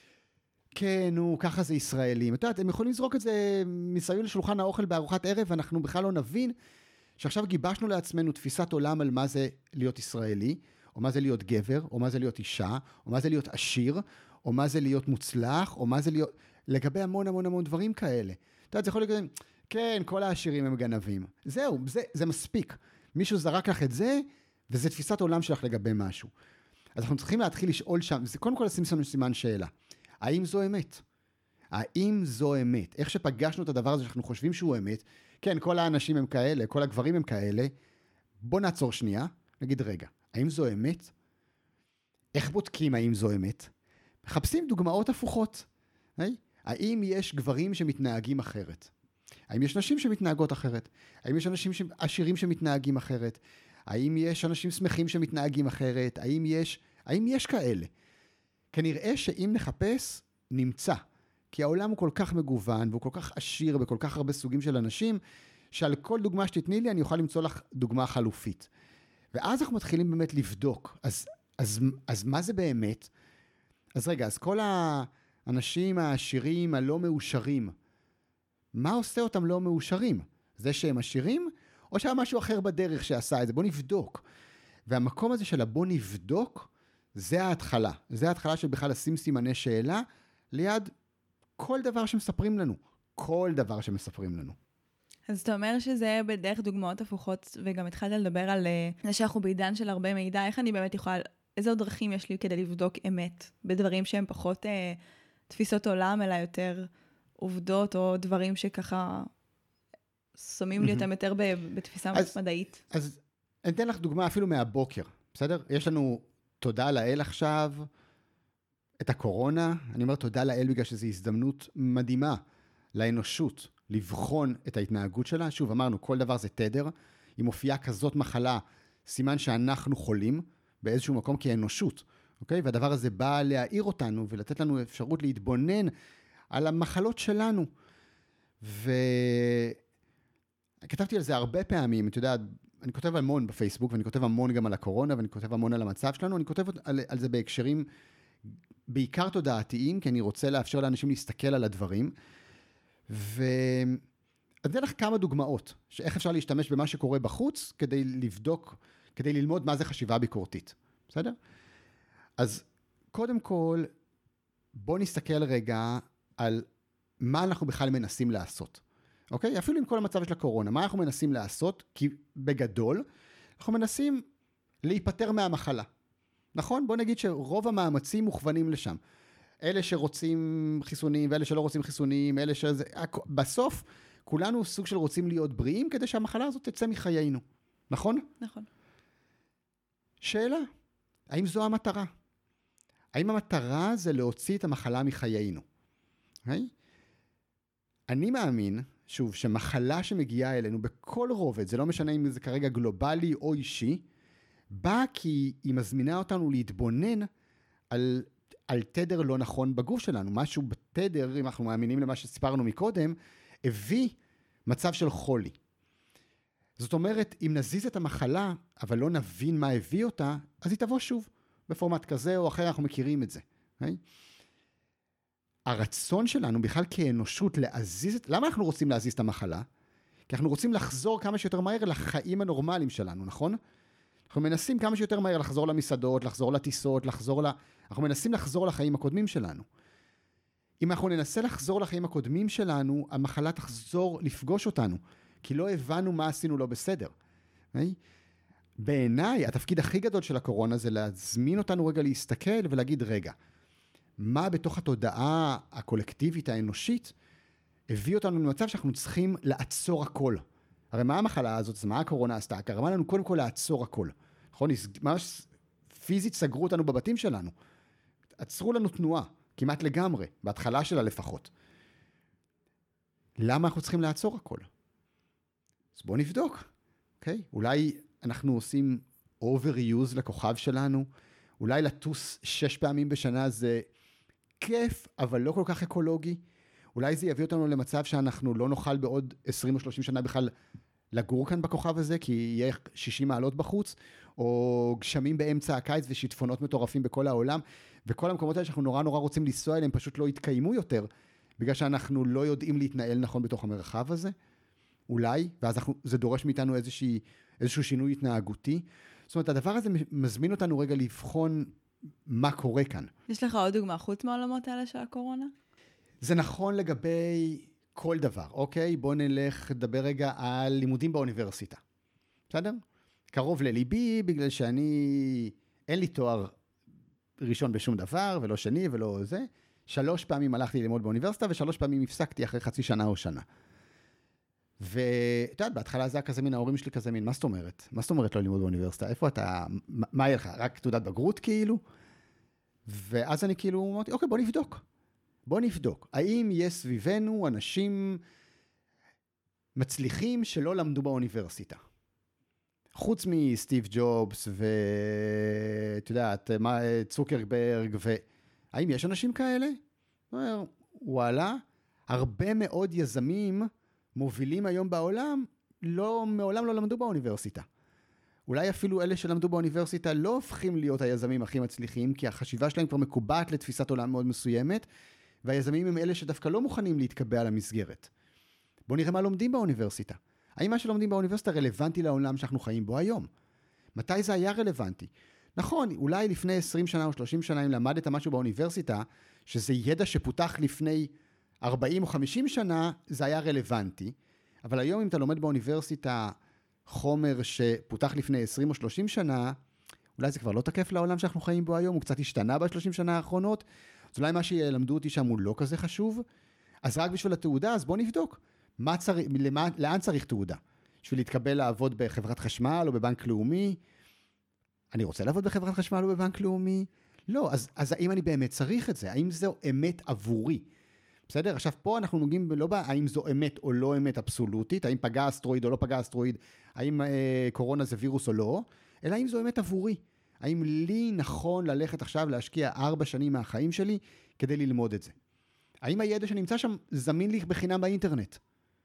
כן, נו, ככה זה ישראלים. אתה יודע, הם יכולים לזרוק את זה מסביב לשולחן האוכל בארוחת ערב, ואנחנו בכלל לא נבין שעכשיו גיבשנו לעצמנו תפיסת עולם על מה זה להיות ישראלי, או מה זה להיות גבר, או מה זה להיות אישה, או מה זה להיות עשיר, או מה זה להיות מוצלח, או מה זה להיות, לגבי המון המון המון דברים כאלה. אתה יודע, זה יכול להגיד, כן, כל העשירים הם גנבים. זהו, זה, זה מספיק. מישהו זרק לך את זה, וזה תפיסת עולם שלך לגבי משהו. אז אנחנו צריכים להתחיל לשאול שם, זה קודם כל לשים שם סימן שאלה. האם זו אמת? האם זו אמת? איך שפגשנו את הדבר הזה שאנחנו חושבים שהוא אמת, כן, כל האנשים הם כאלה, כל הגברים הם כאלה, בוא נעצור שנייה, נגיד רגע, האם זו אמת? איך בודקים האם זו אמת? מחפשים דוגמאות הפוכות. היי? האם יש גברים שמתנהגים אחרת? האם יש נשים שמתנהגות אחרת? האם יש אנשים עשירים שמתנהגים אחרת? האם יש אנשים שמחים שמתנהגים אחרת? האם יש, האם יש כאלה? כנראה שאם נחפש, נמצא. כי העולם הוא כל כך מגוון, והוא כל כך עשיר בכל כך הרבה סוגים של אנשים, שעל כל דוגמה שתתני לי, אני אוכל למצוא לך דוגמה חלופית. ואז אנחנו מתחילים באמת לבדוק. אז, אז, אז מה זה באמת? אז רגע, אז כל האנשים העשירים הלא מאושרים, מה עושה אותם לא מאושרים? זה שהם עשירים? או שהיה משהו אחר בדרך שעשה את זה? בוא נבדוק. והמקום הזה של בוא נבדוק, זה ההתחלה. זה ההתחלה של בכלל לשים סימני שאלה, ליד כל דבר שמספרים לנו. כל דבר שמספרים לנו. אז אתה אומר שזה בדרך דוגמאות הפוכות, וגם התחלת לדבר על זה שאנחנו בעידן של הרבה מידע, איך אני באמת יכולה, איזה עוד דרכים יש לי כדי לבדוק אמת, בדברים שהם פחות אה, תפיסות עולם, אלא יותר עובדות, או דברים שככה שמים לי אותם יותר בתפיסה אז, מדעית. אז אני אתן לך דוגמה אפילו מהבוקר, בסדר? יש לנו תודה לאל עכשיו, את הקורונה, אני אומר תודה לאל בגלל שזו הזדמנות מדהימה לאנושות, לבחון את ההתנהגות שלה. שוב, אמרנו, כל דבר זה תדר. אם מופיעה כזאת מחלה, סימן שאנחנו חולים באיזשהו מקום כאנושות, אוקיי? והדבר הזה בא להעיר אותנו ולתת לנו אפשרות להתבונן על המחלות שלנו. וכתבתי על זה הרבה פעמים, אתה יודע, אני כותב המון בפייסבוק, ואני כותב המון גם על הקורונה, ואני כותב המון על המצב שלנו, אני כותב על, על זה בהקשרים בעיקר תודעתיים, כי אני רוצה לאפשר לאנשים להסתכל על הדברים, ואני אתן לך כמה דוגמאות, שאיך אפשר להשתמש במה שקורה בחוץ, כדי לבדוק, כדי ללמוד מה זה חשיבה ביקורתית. בסדר? אז קודם כל, בוא נסתכל רגע על מה אנחנו בכלל מנסים לעשות. אוקיי? אפילו עם כל המצב של הקורונה, מה אנחנו מנסים לעשות? כי בגדול, אנחנו מנסים להיפטר מהמחלה. נכון? בוא נגיד שרוב המאמצים מוכוונים לשם. אלה שרוצים חיסונים, ואלה שלא רוצים חיסונים, אלה שזה... בסוף, כולנו סוג של רוצים להיות בריאים, כדי שהמחלה הזאת תצא מחיינו. נכון? נכון. שאלה, האם זו המטרה? האם המטרה זה להוציא את המחלה מחיינו? Okay? אני מאמין, שוב, שמחלה שמגיעה אלינו בכל רובד, זה לא משנה אם זה כרגע גלובלי או אישי, באה כי היא מזמינה אותנו להתבונן על, על תדר לא נכון בגוף שלנו. משהו בתדר, אם אנחנו מאמינים למה שסיפרנו מקודם, הביא מצב של חולי. זאת אומרת, אם נזיז את המחלה, אבל לא נבין מה הביא אותה, אז היא תבוא שוב, בפורמט כזה או אחר, אנחנו מכירים את זה. Okay? הרצון שלנו בכלל כאנושות להזיז את... למה אנחנו רוצים להזיז את המחלה? כי אנחנו רוצים לחזור כמה שיותר מהר לחיים הנורמליים שלנו, נכון? אנחנו מנסים כמה שיותר מהר לחזור למסעדות, לחזור לטיסות, לחזור ל... אנחנו מנסים לחזור לחיים הקודמים שלנו. אם אנחנו ננסה לחזור לחיים הקודמים שלנו, המחלה תחזור לפגוש אותנו, כי לא הבנו מה עשינו לא בסדר. Okay? בעיניי, התפקיד הכי גדול של הקורונה זה להזמין אותנו רגע להסתכל ולהגיד, רגע, מה בתוך התודעה הקולקטיבית האנושית הביא אותנו למצב שאנחנו צריכים לעצור הכל. הרי מה המחלה הזאת? מה הקורונה עשתה? קרמה לנו קודם כל לעצור הכל. נכון? ממש פיזית סגרו אותנו בבתים שלנו. עצרו לנו תנועה, כמעט לגמרי, בהתחלה שלה לפחות. למה אנחנו צריכים לעצור הכל? אז בואו נבדוק, אוקיי? אולי אנחנו עושים overuse לכוכב שלנו, אולי לטוס שש פעמים בשנה זה כיף, אבל לא כל כך אקולוגי. אולי זה יביא אותנו למצב שאנחנו לא נוכל בעוד עשרים או שלושים שנה בכלל לגור כאן בכוכב הזה, כי יהיה שישים מעלות בחוץ, או גשמים באמצע הקיץ ושיטפונות מטורפים בכל העולם, וכל המקומות האלה שאנחנו נורא נורא רוצים לנסוע אליהם, פשוט לא יתקיימו יותר, בגלל שאנחנו לא יודעים להתנהל נכון בתוך המרחב הזה. אולי, ואז אנחנו, זה דורש מאיתנו איזושהי, איזשהו שינוי התנהגותי. זאת אומרת, הדבר הזה מזמין אותנו רגע לבחון מה קורה כאן. יש לך עוד דוגמה חוץ מהעולמות האלה של הקורונה? זה נכון לגבי כל דבר, אוקיי? בוא נלך לדבר רגע על לימודים באוניברסיטה. בסדר? קרוב לליבי, בגלל שאני, אין לי תואר ראשון בשום דבר, ולא שני ולא זה. שלוש פעמים הלכתי ללמוד באוניברסיטה, ושלוש פעמים הפסקתי אחרי חצי שנה או שנה. ואתה יודע, בהתחלה זה היה כזה מין, ההורים שלי כזה מין, מה זאת אומרת? מה זאת אומרת לא ללמוד באוניברסיטה? איפה אתה, מה יהיה לך? רק תעודת בגרות כאילו? ואז אני כאילו אמרתי, אוקיי, בוא נבדוק. בוא נבדוק. האם יש סביבנו אנשים מצליחים שלא למדו באוניברסיטה? חוץ מסטיב ג'ובס ואתה יודעת, צוקרברג, והאם יש אנשים כאלה? וואלה, הרבה מאוד יזמים מובילים היום בעולם, לא, מעולם לא למדו באוניברסיטה. אולי אפילו אלה שלמדו באוניברסיטה לא הופכים להיות היזמים הכי מצליחים, כי החשיבה שלהם כבר מקובעת לתפיסת עולם מאוד מסוימת, והיזמים הם אלה שדווקא לא מוכנים להתקבע על המסגרת. בואו נראה מה לומדים באוניברסיטה. האם מה שלומדים באוניברסיטה רלוונטי לעולם שאנחנו חיים בו היום? מתי זה היה רלוונטי? נכון, אולי לפני עשרים שנה או שלושים שנה, אם למדת משהו באוניברסיטה, שזה ידע שפותח לפני ארבעים או חמישים שנה, זה היה רלוונטי. אבל היום אם אתה לומד באוניברסיטה חומר שפותח לפני עשרים או שלושים שנה, אולי זה כבר לא תקף לעולם שאנחנו חיים בו היום, הוא קצת השתנה ב-שלושים שנה האחרונות, אז אולי מה שילמדו אותי שם הוא לא כזה חשוב. אז רק בשביל התעודה, אז בוא נבדוק. מה צריך, למה, לאן צריך תעודה? בשביל להתקבל לעבוד בחברת חשמל או בבנק לאומי? אני רוצה לעבוד בחברת חשמל או בבנק לאומי? לא, אז, אז האם אני באמת צריך את זה? האם זו אמת עבורי? בסדר? עכשיו פה אנחנו נוגעים לא בהאם זו אמת או לא אמת אבסולוטית, האם פגע אסטרואיד או לא פגע אסטרואיד, האם אה, קורונה זה וירוס או לא, אלא האם זו אמת עבורי. האם לי נכון ללכת עכשיו להשקיע ארבע שנים מהחיים שלי כדי ללמוד את זה? האם הידע שנמצא שם זמין לי בחינם באינטרנט?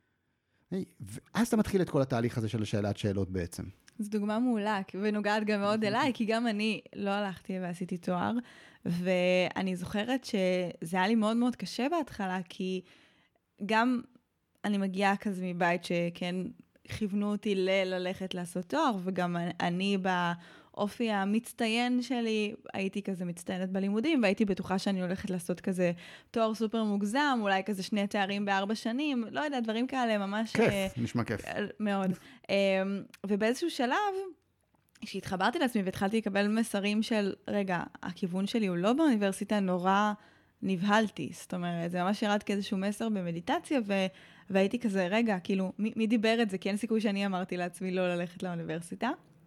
ואז אתה מתחיל את כל התהליך הזה של שאלת שאלות בעצם. זו דוגמה מעולה, ונוגעת גם מאוד אליי, כי גם אני לא הלכתי ועשיתי תואר, ואני זוכרת שזה היה לי מאוד מאוד קשה בהתחלה, כי גם אני מגיעה כזה מבית שכן כיוונו אותי ללכת לעשות תואר, וגם אני באופי המצטיין שלי, הייתי כזה מצטיינת בלימודים, והייתי בטוחה שאני הולכת לעשות כזה תואר סופר מוגזם, אולי כזה שני תארים בארבע שנים, לא יודע, דברים כאלה ממש... כיף, נשמע כיף. מאוד. ובאיזשהו שלב, כשהתחברתי לעצמי והתחלתי לקבל מסרים של, רגע, הכיוון שלי הוא לא באוניברסיטה, נורא נבהלתי. זאת אומרת, זה ממש ירד כאיזשהו מסר במדיטציה, ו... והייתי כזה, רגע, כאילו, מי, מי דיבר את זה? כי אין סיכוי שאני אמרתי לעצמי לא ללכת לאוניברסיטה.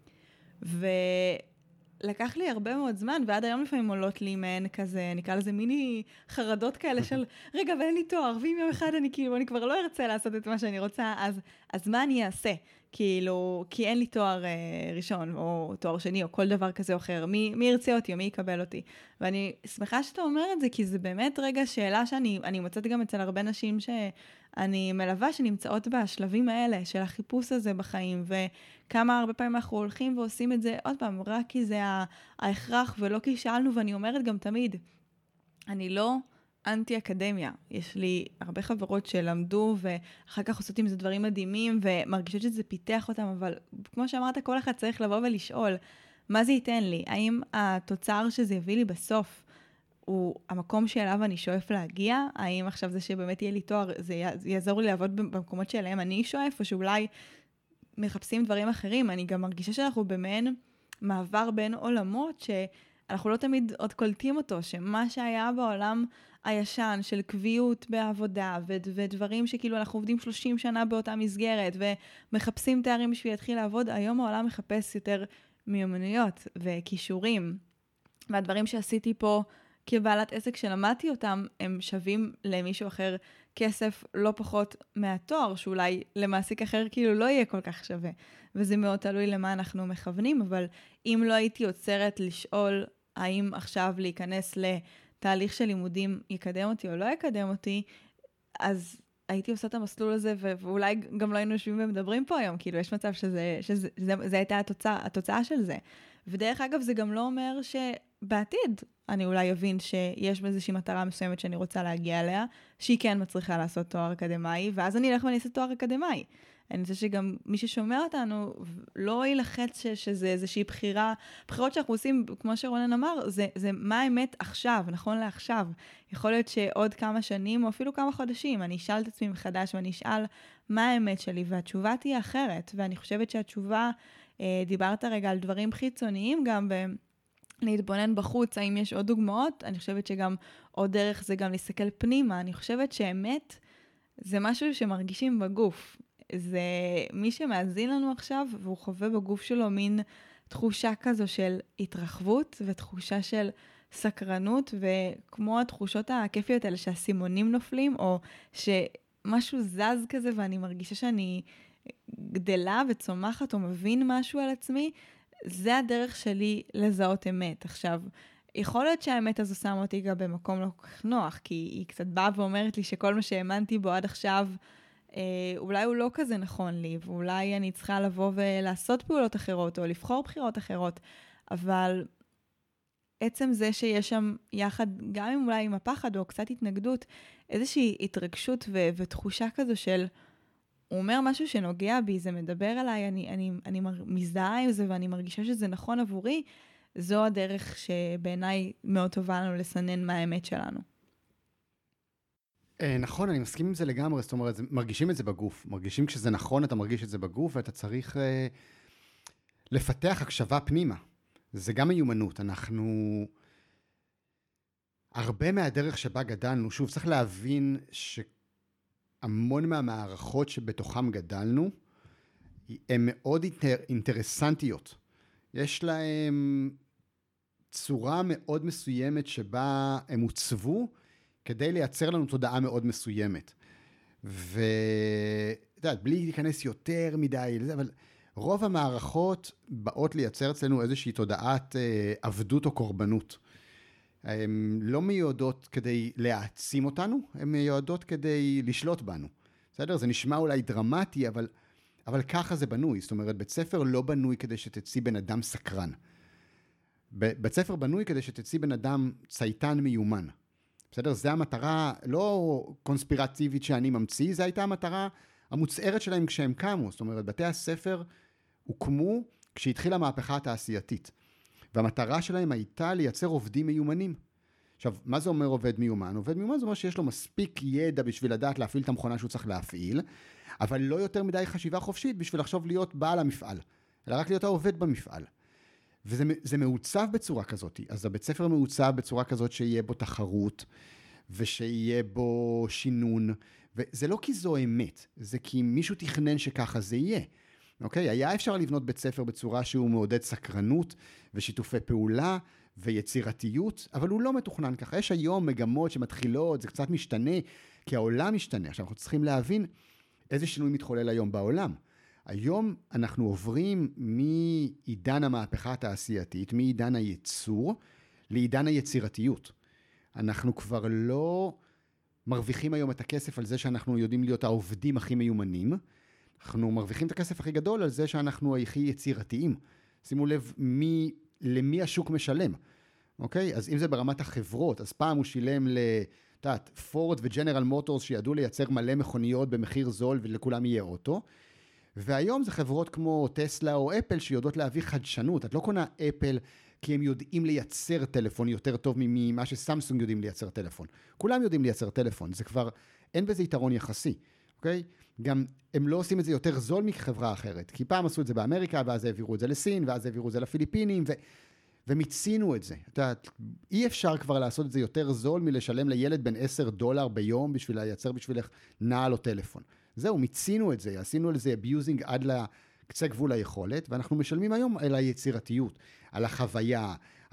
ולקח לי הרבה מאוד זמן, ועד היום לפעמים עולות לי מהן כזה, נקרא לזה מיני חרדות כאלה של, רגע, ואין לי תואר, ואם יום אחד אני כאילו, אני כבר לא ארצה לעשות את מה שאני רוצה, אז, אז מה אני אעשה? כאילו, כי אין לי תואר אה, ראשון, או תואר שני, או כל דבר כזה או אחר. מי, מי ירצה אותי, או מי יקבל אותי? ואני שמחה שאתה אומר את זה, כי זה באמת רגע שאלה שאני, אני מוצאת גם אצל הרבה נשים שאני מלווה, שנמצאות בשלבים האלה, של החיפוש הזה בחיים, וכמה הרבה פעמים אנחנו הולכים ועושים את זה, עוד פעם, רק כי זה ההכרח, ולא כי שאלנו, ואני אומרת גם תמיד, אני לא... אנטי-אקדמיה. יש לי הרבה חברות שלמדו, ואחר כך עושות עם זה דברים מדהימים, ומרגישות שזה פיתח אותם, אבל כמו שאמרת, כל אחד צריך לבוא ולשאול, מה זה ייתן לי? האם התוצר שזה יביא לי בסוף, הוא המקום שאליו אני שואף להגיע? האם עכשיו זה שבאמת יהיה לי תואר, זה יעזור לי לעבוד במקומות שאליהם אני שואף, או שאולי מחפשים דברים אחרים? אני גם מרגישה שאנחנו במעין מעבר בין עולמות, ש... אנחנו לא תמיד עוד קולטים אותו, שמה שהיה בעולם הישן של קביעות בעבודה, ודברים שכאילו אנחנו עובדים שלושים שנה באותה מסגרת, ומחפשים תארים בשביל להתחיל לעבוד, היום העולם מחפש יותר מיומנויות וכישורים. והדברים שעשיתי פה כבעלת עסק שלמדתי אותם, הם שווים למישהו אחר כסף לא פחות מהתואר, שאולי למעסיק אחר כאילו לא יהיה כל כך שווה. וזה מאוד תלוי למה אנחנו מכוונים, אבל אם לא הייתי עוצרת לשאול האם עכשיו להיכנס לתהליך של לימודים יקדם אותי או לא יקדם אותי, אז הייתי עושה את המסלול הזה, ואולי גם לא היינו יושבים ומדברים פה היום, כאילו יש מצב שזה, שזה, שזה, זה הייתה התוצאה, התוצאה של זה. ודרך אגב, זה גם לא אומר שבעתיד אני אולי אבין שיש באיזושהי מטרה מסוימת שאני רוצה להגיע אליה, שהיא כן מצריכה לעשות תואר אקדמאי, ואז אני אלך ואני אעשה תואר אקדמאי. אני חושב שגם מי ששומע אותנו לא ילחץ ש, שזה איזושהי בחירה, בחירות שאנחנו עושים, כמו שרונן אמר, זה, זה מה האמת עכשיו, נכון לעכשיו. יכול להיות שעוד כמה שנים או אפילו כמה חודשים, אני אשאל את עצמי מחדש ואני אשאל מה האמת שלי, והתשובה תהיה אחרת. ואני חושבת שהתשובה, דיברת רגע על דברים חיצוניים גם, להתבונן בחוץ, האם יש עוד דוגמאות, אני חושבת שגם עוד דרך זה גם להסתכל פנימה. אני חושבת שאמת זה משהו שמרגישים בגוף. זה מי שמאזין לנו עכשיו, והוא חווה בגוף שלו מין תחושה כזו של התרחבות, ותחושה של סקרנות, וכמו התחושות הכיפיות האלה שהסימונים נופלים, או שמשהו זז כזה, ואני מרגישה שאני גדלה וצומחת, או מבין משהו על עצמי, זה הדרך שלי לזהות אמת. עכשיו, יכול להיות שהאמת הזו שמה אותי גם במקום לא כל כך נוח, כי היא קצת באה ואומרת לי שכל מה שהאמנתי בו עד עכשיו, אולי הוא לא כזה נכון לי, ואולי אני צריכה לבוא ולעשות פעולות אחרות, או לבחור בחירות אחרות, אבל עצם זה שיש שם יחד, גם אם אולי עם הפחד או קצת התנגדות, איזושהי התרגשות ו- ותחושה כזו של, הוא אומר משהו שנוגע בי, זה מדבר עליי, אני, אני, אני מזדהה עם זה, ואני מרגישה שזה נכון עבורי, זו הדרך שבעיניי מאוד טובה לנו לסנן מה האמת שלנו. נכון, אני מסכים עם זה לגמרי, זאת אומרת, מרגישים את זה בגוף, מרגישים כשזה נכון, אתה מרגיש את זה בגוף, ואתה צריך אה, לפתח הקשבה פנימה. זה גם מיומנות, אנחנו, הרבה מהדרך שבה גדלנו, שוב, צריך להבין שהמון מהמערכות שבתוכם גדלנו, הן מאוד אינטר, אינטרסנטיות. יש להם צורה מאוד מסוימת שבה הם הוצבו, כדי לייצר לנו תודעה מאוד מסוימת. ואתה יודע, בלי להיכנס יותר מדי, אבל רוב המערכות באות לייצר אצלנו איזושהי תודעת אה, עבדות או קורבנות. הן לא מיועדות כדי להעצים אותנו, הן מיועדות כדי לשלוט בנו. בסדר? זה נשמע אולי דרמטי, אבל, אבל ככה זה בנוי. זאת אומרת, בית ספר לא בנוי כדי שתציא בן אדם סקרן. בית ספר בנוי כדי שתציא בן אדם צייתן מיומן. בסדר? זה המטרה לא קונספירטיבית שאני ממציא, זו הייתה המטרה המוצערת שלהם כשהם קמו. זאת אומרת, בתי הספר הוקמו כשהתחילה המהפכה התעשייתית. והמטרה שלהם הייתה לייצר עובדים מיומנים. עכשיו, מה זה אומר עובד מיומן? עובד מיומן זה אומר שיש לו מספיק ידע בשביל לדעת להפעיל את המכונה שהוא צריך להפעיל, אבל לא יותר מדי חשיבה חופשית בשביל לחשוב להיות בעל המפעל, אלא רק להיות העובד במפעל. וזה זה מעוצב בצורה כזאת. אז הבית ספר מעוצב בצורה כזאת שיהיה בו תחרות, ושיהיה בו שינון, וזה לא כי זו אמת, זה כי מישהו תכנן שככה זה יהיה. אוקיי? היה אפשר לבנות בית ספר בצורה שהוא מעודד סקרנות, ושיתופי פעולה, ויצירתיות, אבל הוא לא מתוכנן ככה. יש היום מגמות שמתחילות, זה קצת משתנה, כי העולם משתנה. עכשיו אנחנו צריכים להבין איזה שינוי מתחולל היום בעולם. היום אנחנו עוברים מעידן המהפכה התעשייתית, מעידן הייצור, לעידן היצירתיות. אנחנו כבר לא מרוויחים היום את הכסף על זה שאנחנו יודעים להיות העובדים הכי מיומנים, אנחנו מרוויחים את הכסף הכי גדול על זה שאנחנו הכי יצירתיים. שימו לב מי, למי השוק משלם. אוקיי? אז אם זה ברמת החברות, אז פעם הוא שילם ל... תעת, פורד וג'נרל מוטורס שידעו לייצר מלא מכוניות במחיר זול ולכולם יהיה אוטו. והיום זה חברות כמו טסלה או אפל שיודעות להביא חדשנות. את לא קונה אפל כי הם יודעים לייצר טלפון יותר טוב ממה שסמסונג יודעים לייצר טלפון. כולם יודעים לייצר טלפון. זה כבר, אין בזה יתרון יחסי. אוקיי? גם הם לא עושים את זה יותר זול מחברה אחרת. כי פעם עשו את זה באמריקה, ואז העבירו את זה לסין, ואז העבירו את זה לפיליפינים, ו... ומיצינו את זה. אתה יודע, אי אפשר כבר לעשות את זה יותר זול מלשלם לילד בין עשרה דולר ביום בשביל לייצר בשבילך נעל או טלפון. זהו, מיצינו את זה, עשינו על זה abusing עד לקצה גבול היכולת, ואנחנו משלמים היום על היצירתיות, על החוויה,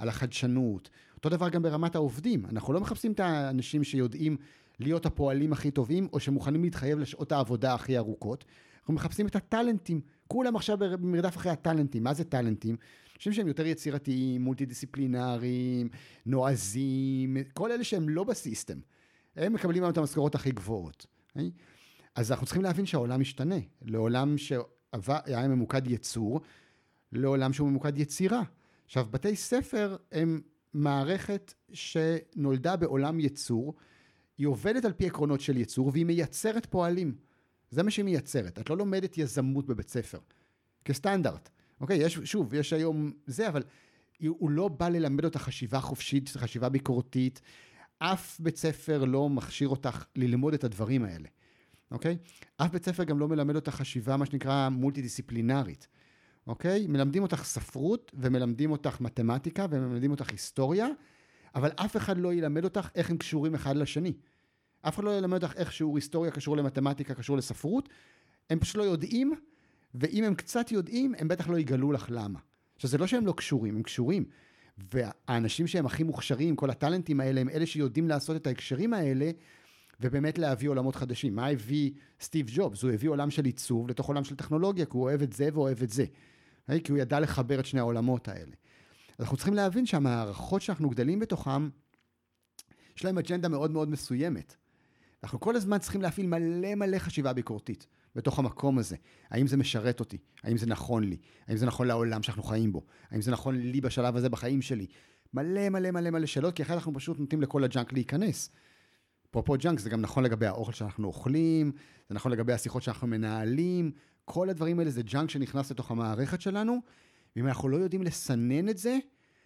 על החדשנות. אותו דבר גם ברמת העובדים. אנחנו לא מחפשים את האנשים שיודעים להיות הפועלים הכי טובים, או שמוכנים להתחייב לשעות העבודה הכי ארוכות. אנחנו מחפשים את הטלנטים. כולם עכשיו במרדף אחרי הטלנטים. מה זה טלנטים? אנשים שהם יותר יצירתיים, מולטי-דיסציפלינריים, נועזים, כל אלה שהם לא בסיסטם. הם מקבלים את המשכורות הכי גבוהות. אז אנחנו צריכים להבין שהעולם משתנה. לעולם שהיה ממוקד יצור, לעולם שהוא ממוקד יצירה. עכשיו, בתי ספר הם מערכת שנולדה בעולם יצור, היא עובדת על פי עקרונות של יצור, והיא מייצרת פועלים. זה מה שהיא מייצרת. את לא לומדת יזמות בבית ספר, כסטנדרט. אוקיי, יש, שוב, יש היום זה, אבל הוא לא בא ללמד אותך חשיבה חופשית, חשיבה ביקורתית. אף בית ספר לא מכשיר אותך ללמוד את הדברים האלה. אוקיי? אף בית ספר גם לא מלמד אותך חשיבה, מה שנקרא מולטי-דיסציפלינרית. אוקיי? מלמדים אותך ספרות, ומלמדים אותך מתמטיקה, ומלמדים אותך היסטוריה, אבל אף אחד לא ילמד אותך איך הם קשורים אחד לשני. אף אחד לא ילמד אותך איך שיעור היסטוריה קשור למתמטיקה, קשור לספרות. הם פשוט לא יודעים, ואם הם קצת יודעים, הם בטח לא יגלו לך למה. עכשיו, זה לא שהם לא קשורים, הם קשורים. והאנשים שהם הכי מוכשרים, כל הטלנטים האלה, הם אלה שיודעים לעשות את ההקשרים האלה, ובאמת להביא עולמות חדשים. מה הביא סטיב ג'ובס? הוא הביא עולם של עיצוב לתוך עולם של טכנולוגיה, כי הוא אוהב את זה ואוהב את זה. כי הוא ידע לחבר את שני העולמות האלה. אנחנו צריכים להבין שהמערכות שאנחנו גדלים בתוכם, יש להם אג'נדה מאוד מאוד מסוימת. אנחנו כל הזמן צריכים להפעיל מלא מלא חשיבה ביקורתית בתוך המקום הזה. האם זה משרת אותי? האם זה נכון לי? האם זה נכון לעולם שאנחנו חיים בו? האם זה נכון לי בשלב הזה בחיים שלי? מלא מלא מלא מלא שאלות, כי אחרי אנחנו פשוט נותנים לכל הג'אנק להיכנס. אפרופו ג'אנק, זה גם נכון לגבי האוכל שאנחנו אוכלים, זה נכון לגבי השיחות שאנחנו מנהלים, כל הדברים האלה זה ג'אנק שנכנס לתוך המערכת שלנו, ואם אנחנו לא יודעים לסנן את זה,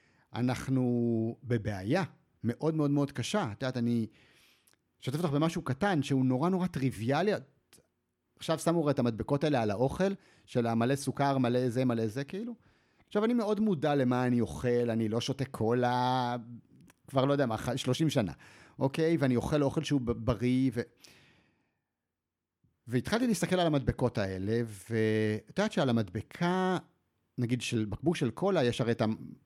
אנחנו בבעיה מאוד מאוד מאוד קשה. את יודעת, אני שתף אותך במשהו קטן, שהוא נורא נורא טריוויאלי, עכשיו שמו את המדבקות האלה על האוכל, של המלא סוכר, מלא זה, מלא זה, כאילו. עכשיו, אני מאוד מודע למה אני אוכל, אני לא שותה קולה, כבר לא יודע מה, שלושים שנה, אוקיי? ואני אוכל אוכל שהוא בריא, ו... והתחלתי להסתכל על המדבקות האלה, ואתה יודעת שעל המדבקה, נגיד של בקבוק של קולה, יש הרי את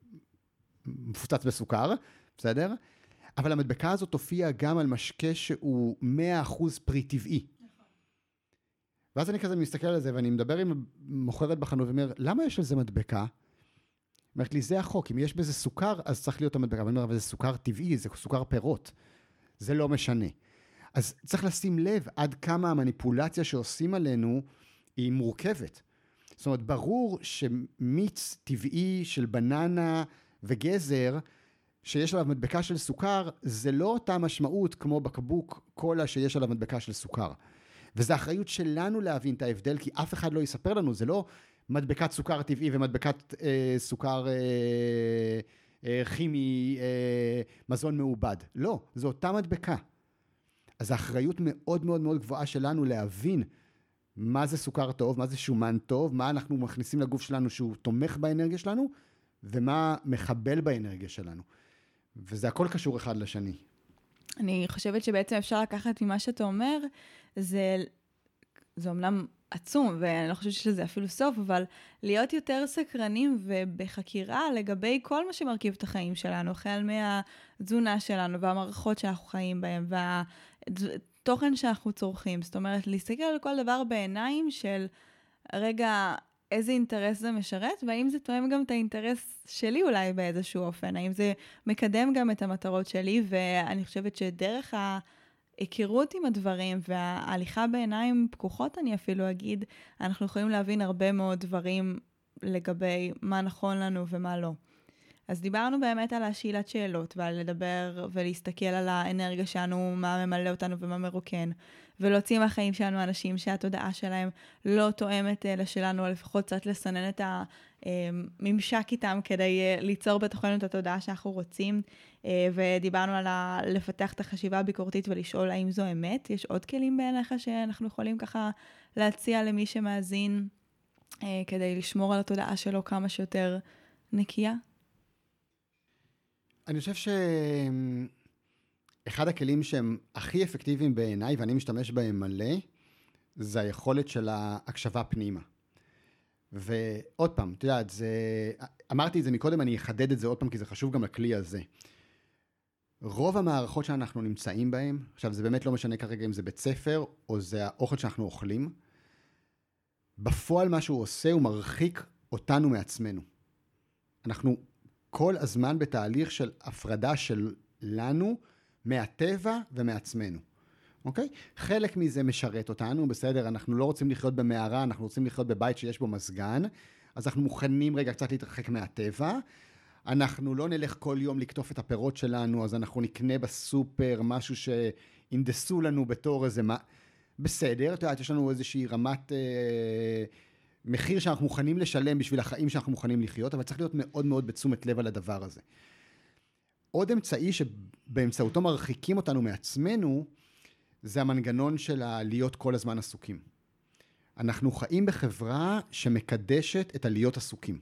המפוצץ בסוכר, בסדר? אבל המדבקה הזאת תופיע גם על משקה שהוא מאה אחוז פרי טבעי. נכון. ואז אני כזה מסתכל על זה, ואני מדבר עם מוכרת בחנות, ואומר, למה יש על זה מדבקה? אומרת לי, זה החוק, אם יש בזה סוכר, אז צריך להיות המדבקה. ואני אומר, אבל זה סוכר טבעי, זה סוכר פירות. זה לא משנה. אז צריך לשים לב עד כמה המניפולציה שעושים עלינו היא מורכבת. זאת אומרת, ברור שמיץ טבעי של בננה וגזר, שיש עליו מדבקה של סוכר, זה לא אותה משמעות כמו בקבוק קולה שיש עליו מדבקה של סוכר. וזו האחריות שלנו להבין את ההבדל, כי אף אחד לא יספר לנו, זה לא מדבקת סוכר טבעי ומדבקת אה, סוכר אה, אה, כימי, אה, מזון מעובד. לא, זו אותה מדבקה. אז האחריות מאוד מאוד מאוד גבוהה שלנו להבין מה זה סוכר טוב, מה זה שומן טוב, מה אנחנו מכניסים לגוף שלנו שהוא תומך באנרגיה שלנו, ומה מחבל באנרגיה שלנו. וזה הכל קשור אחד לשני. אני חושבת שבעצם אפשר לקחת ממה שאתה אומר, זה, זה אומנם עצום, ואני לא חושבת שזה אפילו סוף, אבל להיות יותר סקרנים ובחקירה לגבי כל מה שמרכיב את החיים שלנו, החל מהתזונה שלנו והמערכות שאנחנו חיים בהם, והתוכן שאנחנו צורכים. זאת אומרת, להסתכל על כל דבר בעיניים של רגע, איזה אינטרס זה משרת, והאם זה תואם גם את האינטרס שלי אולי באיזשהו אופן, האם זה מקדם גם את המטרות שלי, ואני חושבת שדרך ההיכרות עם הדברים, וההליכה בעיניים פקוחות, אני אפילו אגיד, אנחנו יכולים להבין הרבה מאוד דברים לגבי מה נכון לנו ומה לא. אז דיברנו באמת על השאלת שאלות, ועל לדבר ולהסתכל על האנרגיה שלנו, מה ממלא אותנו ומה מרוקן, ולהוציא מהחיים שלנו אנשים שהתודעה שלהם לא תואמת לשלנו, או לפחות קצת לסנן את הממשק איתם, כדי ליצור בתוכנו את התודעה שאנחנו רוצים, ודיברנו על לפתח את החשיבה הביקורתית ולשאול האם זו אמת. יש עוד כלים בעיניך שאנחנו יכולים ככה להציע למי שמאזין, כדי לשמור על התודעה שלו כמה שיותר נקייה? אני חושב שאחד הכלים שהם הכי אפקטיביים בעיניי, ואני משתמש בהם מלא, זה היכולת של ההקשבה פנימה. ועוד פעם, אתה יודעת, זה, אמרתי את זה מקודם, אני אחדד את זה עוד פעם, כי זה חשוב גם לכלי הזה. רוב המערכות שאנחנו נמצאים בהן, עכשיו זה באמת לא משנה כרגע אם זה בית ספר, או זה האוכל שאנחנו אוכלים, בפועל מה שהוא עושה, הוא מרחיק אותנו מעצמנו. אנחנו כל הזמן בתהליך של הפרדה שלנו, מהטבע ומעצמנו. אוקיי? חלק מזה משרת אותנו, בסדר, אנחנו לא רוצים לחיות במערה, אנחנו רוצים לחיות בבית שיש בו מזגן, אז אנחנו מוכנים רגע קצת להתרחק מהטבע, אנחנו לא נלך כל יום לקטוף את הפירות שלנו, אז אנחנו נקנה בסופר משהו שאינדסו לנו בתור איזה מה... בסדר, אתה יודעת, יש לנו איזושהי רמת אה, מחיר שאנחנו מוכנים לשלם בשביל החיים שאנחנו מוכנים לחיות, אבל צריך להיות מאוד מאוד בתשומת לב על הדבר הזה. עוד אמצעי שבאמצעותו מרחיקים אותנו מעצמנו, זה המנגנון של להיות כל הזמן עסוקים. אנחנו חיים בחברה שמקדשת את הלהיות עסוקים.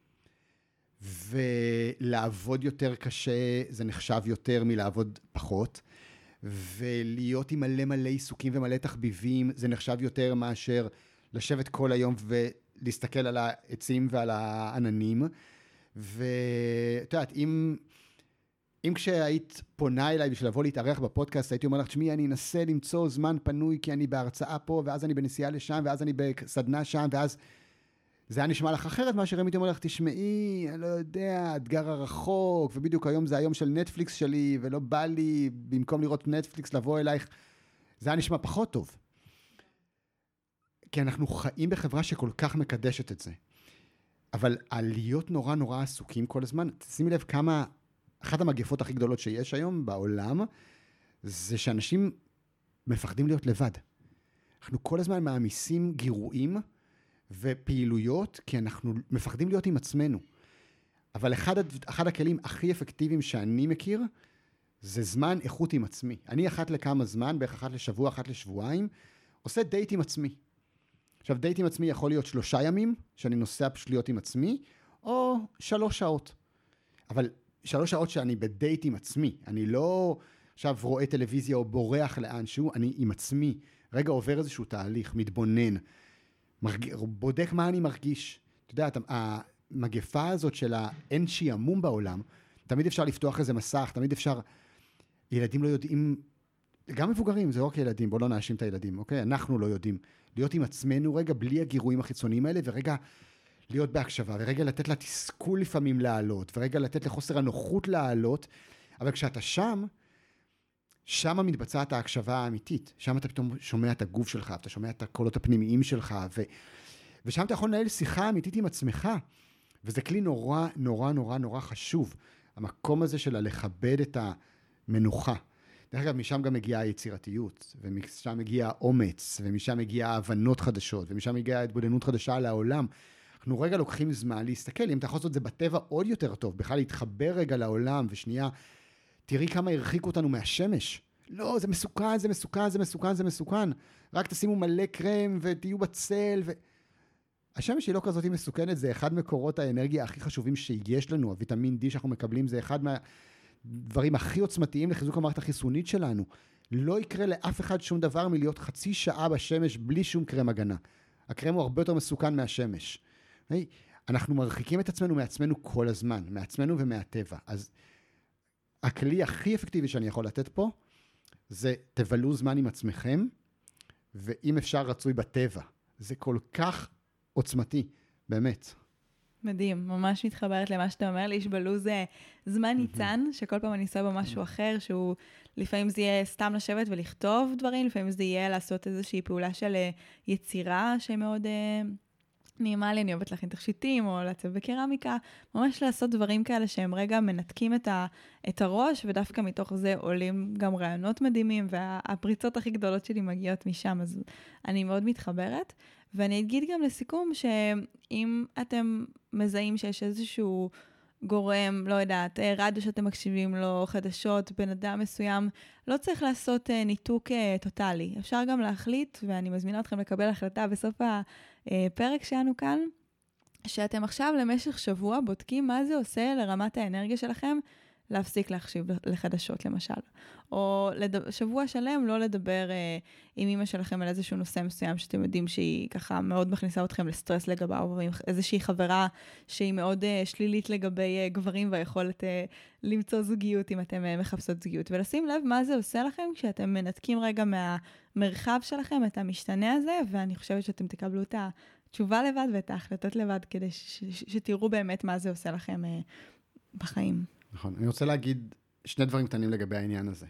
ולעבוד יותר קשה, זה נחשב יותר מלעבוד פחות, ולהיות עם מלא מלא עיסוקים ומלא תחביבים, זה נחשב יותר מאשר לשבת כל היום ולהסתכל על העצים ועל העננים. ואת יודעת, אם... אם כשהיית פונה אליי בשביל לבוא להתארח בפודקאסט, הייתי אומר לך, תשמעי, אני אנסה למצוא זמן פנוי, כי אני בהרצאה פה, ואז אני בנסיעה לשם, ואז אני בסדנה שם, ואז זה היה נשמע לך אחרת, מה שרם הייתי אומר לך, תשמעי, אני לא יודע, אתגר הרחוק, ובדיוק היום זה היום של נטפליקס שלי, ולא בא לי, במקום לראות נטפליקס, לבוא אלייך, זה היה נשמע פחות טוב. כי אנחנו חיים בחברה שכל כך מקדשת את זה. אבל על להיות נורא נורא עסוקים כל הזמן, תשימי לב כמה... אחת המגפות הכי גדולות שיש היום בעולם, זה שאנשים מפחדים להיות לבד. אנחנו כל הזמן מעמיסים גירויים ופעילויות, כי אנחנו מפחדים להיות עם עצמנו. אבל אחד, אחד הכלים הכי אפקטיביים שאני מכיר, זה זמן איכות עם עצמי. אני אחת לכמה זמן, בערך אחת לשבוע, אחת לשבועיים, עושה דייט עם עצמי. עכשיו, דייט עם עצמי יכול להיות שלושה ימים, שאני נוסע פשוט להיות עם עצמי, או שלוש שעות. אבל שלוש שעות שאני בדייט עם עצמי, אני לא עכשיו רואה טלוויזיה או בורח לאנשהו, אני עם עצמי, רגע עובר איזשהו תהליך, מתבונן, מרג... בודק מה אני מרגיש. אתה יודע, המגפה הזאת של האין שיעמום בעולם, תמיד אפשר לפתוח איזה מסך, תמיד אפשר, ילדים לא יודעים, גם מבוגרים, זה לא רק ילדים, בוא לא נאשים את הילדים, אוקיי? אנחנו לא יודעים. להיות עם עצמנו רגע בלי הגירויים החיצוניים האלה, ורגע להיות בהקשבה, ורגע לתת לה תסכול לפעמים לעלות, ורגע לתת לחוסר הנוחות לעלות, אבל כשאתה שם, שם מתבצעת ההקשבה האמיתית, שם אתה פתאום שומע את הגוף שלך, אתה שומע את הקולות הפנימיים שלך, ו... ושם אתה יכול לנהל שיחה אמיתית עם עצמך, וזה כלי נורא נורא נורא נורא חשוב, המקום הזה של לכבד את המנוחה. דרך אגב, משם גם מגיעה היצירתיות, ומשם מגיע האומץ, ומשם מגיעה הבנות חדשות, ומשם מגיעה התבוננות חדשה על העולם. אנחנו רגע לוקחים זמן להסתכל, אם אתה יכול לעשות את זה בטבע עוד יותר טוב, בכלל להתחבר רגע לעולם, ושנייה, תראי כמה הרחיקו אותנו מהשמש. לא, זה מסוכן, זה מסוכן, זה מסוכן, זה מסוכן. רק תשימו מלא קרם ותהיו בצל. ו... השמש היא לא כזאת מסוכנת, זה אחד מקורות האנרגיה הכי חשובים שיש לנו. הוויטמין D שאנחנו מקבלים זה אחד מהדברים הכי עוצמתיים לחיזוק המערכת החיסונית שלנו. לא יקרה לאף אחד שום דבר מלהיות חצי שעה בשמש בלי שום קרם הגנה. הקרם הוא הרבה יותר מסוכן מהשמש. אנחנו מרחיקים את עצמנו מעצמנו כל הזמן, מעצמנו ומהטבע. אז הכלי הכי אפקטיבי שאני יכול לתת פה, זה תבלו זמן עם עצמכם, ואם אפשר רצוי בטבע. זה כל כך עוצמתי, באמת. מדהים, ממש מתחברת למה שאתה אומר לי, שבלו זה זמן ניצן, שכל פעם אני עושה בו משהו אחר, שהוא לפעמים זה יהיה סתם לשבת ולכתוב דברים, לפעמים זה יהיה לעשות איזושהי פעולה של יצירה, שמאוד נעימה לי, אני אוהבת להכין תכשיטים, או לעצב בקרמיקה, ממש לעשות דברים כאלה שהם רגע מנתקים את, ה, את הראש, ודווקא מתוך זה עולים גם רעיונות מדהימים, והפריצות הכי גדולות שלי מגיעות משם, אז אני מאוד מתחברת. ואני אגיד גם לסיכום, שאם אתם מזהים שיש איזשהו גורם, לא יודעת, רדיו שאתם מקשיבים לו, חדשות, בן אדם מסוים, לא צריך לעשות ניתוק טוטלי. אפשר גם להחליט, ואני מזמינה אתכם לקבל החלטה בסוף הפרק שלנו כאן, שאתם עכשיו למשך שבוע בודקים מה זה עושה לרמת האנרגיה שלכם, להפסיק להחשיב לחדשות למשל. או לדבר, שבוע שלם לא לדבר אה, עם אמא שלכם על איזשהו נושא מסוים שאתם יודעים שהיא ככה מאוד מכניסה אתכם לסטרס לגביו, או עם איזושהי חברה שהיא מאוד אה, שלילית לגבי אה, גברים והיכולת אה, למצוא זוגיות אם אתם אה, מחפשות זוגיות. ולשים לב מה זה עושה לכם כשאתם מנתקים רגע מהמרחב שלכם, את המשתנה הזה, ואני חושבת שאתם תקבלו את התשובה לבד ואת ההחלטות לבד, כדי ש- ש- שתראו באמת מה זה עושה לכם אה, בחיים. נכון, אני רוצה להגיד שני דברים קטנים לגבי העניין הזה.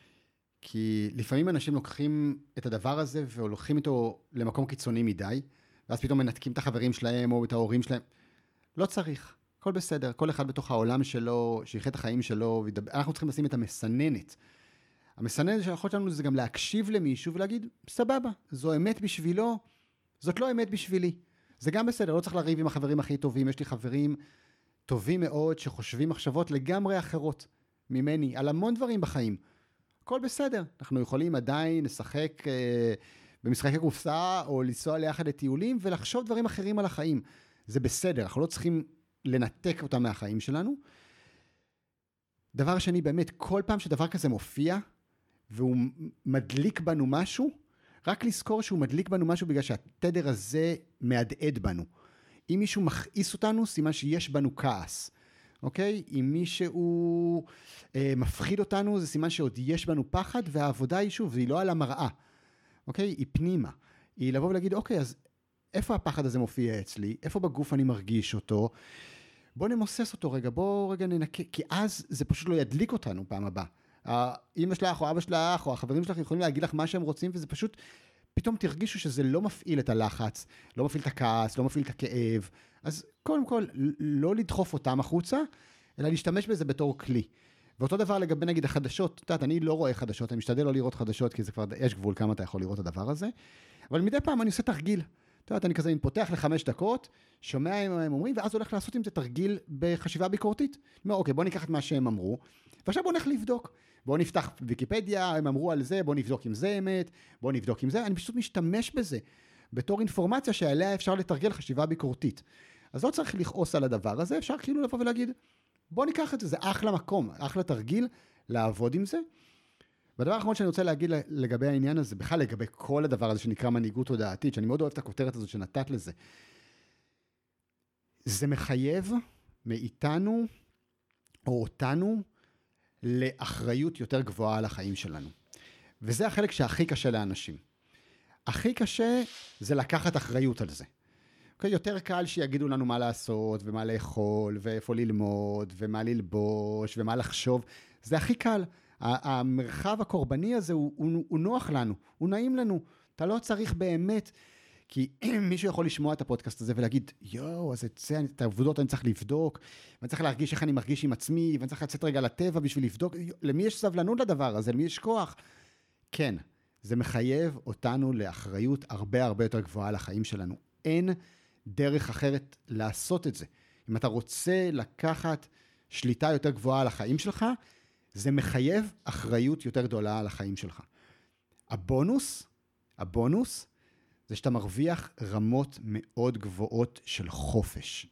כי לפעמים אנשים לוקחים את הדבר הזה והולכים איתו למקום קיצוני מדי, ואז פתאום מנתקים את החברים שלהם או את ההורים שלהם. לא צריך, הכל בסדר, כל אחד בתוך העולם שלו, שיחיה את החיים שלו, וידבר. אנחנו צריכים לשים את המסננת. המסננת של היכולת שלנו זה גם להקשיב למישהו ולהגיד, סבבה, זו אמת בשבילו, זאת לא אמת בשבילי. זה גם בסדר, לא צריך לריב עם החברים הכי טובים, יש לי חברים טובים מאוד שחושבים מחשבות לגמרי אחרות ממני, על המון דברים בחיים. הכל בסדר, אנחנו יכולים עדיין לשחק אה, במשחקי קופסה, או לנסוע ליחד לטיולים, ולחשוב דברים אחרים על החיים. זה בסדר, אנחנו לא צריכים לנתק אותם מהחיים שלנו. דבר שני, באמת, כל פעם שדבר כזה מופיע, והוא מדליק בנו משהו, רק לזכור שהוא מדליק בנו משהו, בגלל שהתדר הזה מהדהד בנו. אם מישהו מכעיס אותנו, סימן שיש בנו כעס. אוקיי? אם מישהו אה, מפחיד אותנו, זה סימן שעוד יש בנו פחד, והעבודה היא שוב, היא לא על המראה. אוקיי? היא פנימה. היא לבוא ולהגיד, אוקיי, אז איפה הפחד הזה מופיע אצלי? איפה בגוף אני מרגיש אותו? בוא נמוסס אותו רגע, בוא רגע ננקה, כי אז זה פשוט לא ידליק אותנו פעם הבאה. האמא שלך או אבא שלך או החברים שלך יכולים להגיד לך מה שהם רוצים, וזה פשוט, פתאום תרגישו שזה לא מפעיל את הלחץ, לא מפעיל את הכעס, לא מפעיל את הכאב. אז קודם כל, לא לדחוף אותם החוצה, אלא להשתמש בזה בתור כלי. ואותו דבר לגבי נגיד החדשות, את יודעת, אני לא רואה חדשות, אני משתדל לא לראות חדשות, כי זה כבר, יש גבול כמה אתה יכול לראות את הדבר הזה, אבל מדי פעם אני עושה תרגיל. את יודעת, אני כזה, אני פותח לחמש דקות, שומע מה הם אומרים, ואז הולך לעשות עם זה תרגיל בחשיבה ביקורתית. אני אומר, אוקיי, בוא ניקח את מה שהם אמרו, ועכשיו בוא נלך לבדוק. בוא נפתח ויקיפדיה, הם אמרו על זה, בוא נבדוק אם זה אמת, בוא נבדוק אם זה, אני פשוט משתמש בזה, בתור אינפורמציה שעליה אפשר לתרגל חשיבה ביקורתית. אז לא צריך לכעוס על הדבר הזה, אפשר כאילו לבוא ולהגיד, בוא ניקח את זה, זה אחלה מקום, אחלה תרגיל לעבוד עם זה. והדבר האחרון שאני רוצה להגיד לגבי העניין הזה, בכלל לגבי כל הדבר הזה שנקרא מנהיגות תודעתית, שאני מאוד אוהב את הכותרת הזאת שנתת לזה, זה מחייב מאיתנו או אותנו לאחריות יותר גבוהה על החיים שלנו. וזה החלק שהכי קשה לאנשים. הכי קשה זה לקחת אחריות על זה. Okay, יותר קל שיגידו לנו מה לעשות, ומה לאכול, ואיפה ללמוד, ומה ללבוש, ומה לחשוב. זה הכי קל. המרחב הקורבני הזה הוא, הוא, הוא נוח לנו, הוא נעים לנו. אתה לא צריך באמת, כי מישהו יכול לשמוע את הפודקאסט הזה ולהגיד, יואו, אז את זה, את העבודות אני צריך לבדוק, ואני צריך להרגיש איך אני מרגיש עם עצמי, ואני צריך לצאת רגע לטבע בשביל לבדוק. למי יש סבלנות לדבר הזה? למי יש כוח? כן, זה מחייב אותנו לאחריות הרבה הרבה יותר גבוהה לחיים שלנו. אין דרך אחרת לעשות את זה. אם אתה רוצה לקחת שליטה יותר גבוהה על החיים שלך, זה מחייב אחריות יותר גדולה על החיים שלך. הבונוס, הבונוס, זה שאתה מרוויח רמות מאוד גבוהות של חופש.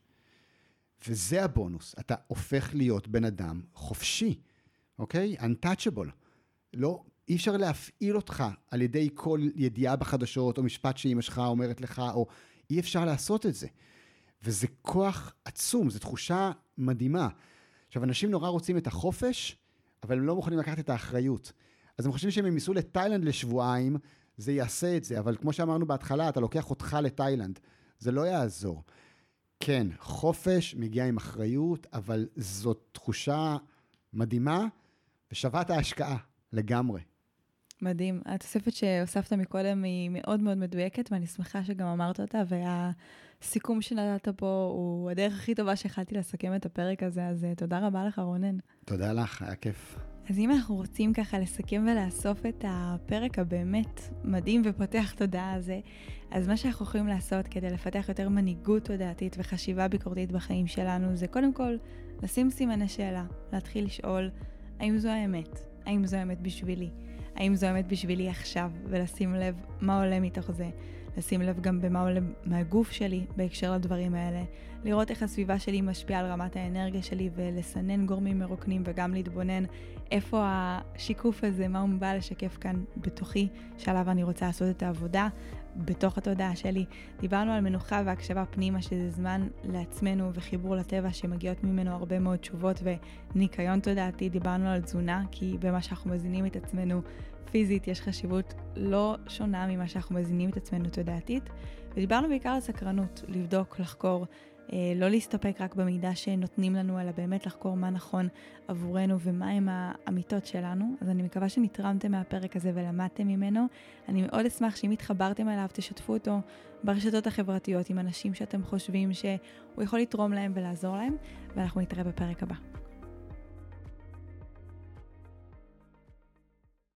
וזה הבונוס. אתה הופך להיות בן אדם חופשי, אוקיי? untouchable. לא, אי אפשר להפעיל אותך על ידי כל ידיעה בחדשות, או משפט שאמא שלך אומרת לך, או אי אפשר לעשות את זה. וזה כוח עצום, זו תחושה מדהימה. עכשיו, אנשים נורא רוצים את החופש, אבל הם לא מוכנים לקחת את האחריות. אז הם חושבים שהם הם ייסעו לתאילנד לשבועיים, זה יעשה את זה, אבל כמו שאמרנו בהתחלה, אתה לוקח אותך לתאילנד, זה לא יעזור. כן, חופש מגיע עם אחריות, אבל זאת תחושה מדהימה, ושווה את ההשקעה לגמרי. מדהים. התוספת שהוספת מקודם היא מאוד מאוד מדויקת, ואני שמחה שגם אמרת אותה, והסיכום שנתת פה הוא הדרך הכי טובה שהחלתי לסכם את הפרק הזה, אז תודה רבה לך רונן. תודה לך, היה כיף. אז אם אנחנו רוצים ככה לסכם ולאסוף את הפרק הבאמת מדהים ופותח תודעה הזה, אז מה שאנחנו יכולים לעשות כדי לפתח יותר מנהיגות תודעתית וחשיבה ביקורתית בחיים שלנו, זה קודם כל לשים סימני שאלה, להתחיל לשאול, האם זו האמת? האם זו האמת בשבילי? האם זו האמת בשבילי עכשיו? ולשים לב מה עולה מתוך זה. לשים לב גם במה עולה מהגוף שלי בהקשר לדברים האלה, לראות איך הסביבה שלי משפיעה על רמת האנרגיה שלי ולסנן גורמים מרוקנים וגם להתבונן איפה השיקוף הזה, מה הוא בא לשקף כאן בתוכי, שעליו אני רוצה לעשות את העבודה בתוך התודעה שלי. דיברנו על מנוחה והקשבה פנימה, שזה זמן לעצמנו וחיבור לטבע שמגיעות ממנו הרבה מאוד תשובות וניקיון תודעתי. דיברנו על תזונה, כי במה שאנחנו מזינים את עצמנו פיזית יש חשיבות לא שונה ממה שאנחנו מזינים את עצמנו תודעתית. ודיברנו בעיקר על סקרנות, לבדוק, לחקור, לא להסתפק רק במידע שנותנים לנו, אלא באמת לחקור מה נכון עבורנו ומה הם האמיתות שלנו. אז אני מקווה שנתרמתם מהפרק הזה ולמדתם ממנו. אני מאוד אשמח שאם התחברתם אליו, תשתפו אותו ברשתות החברתיות עם אנשים שאתם חושבים שהוא יכול לתרום להם ולעזור להם, ואנחנו נתראה בפרק הבא.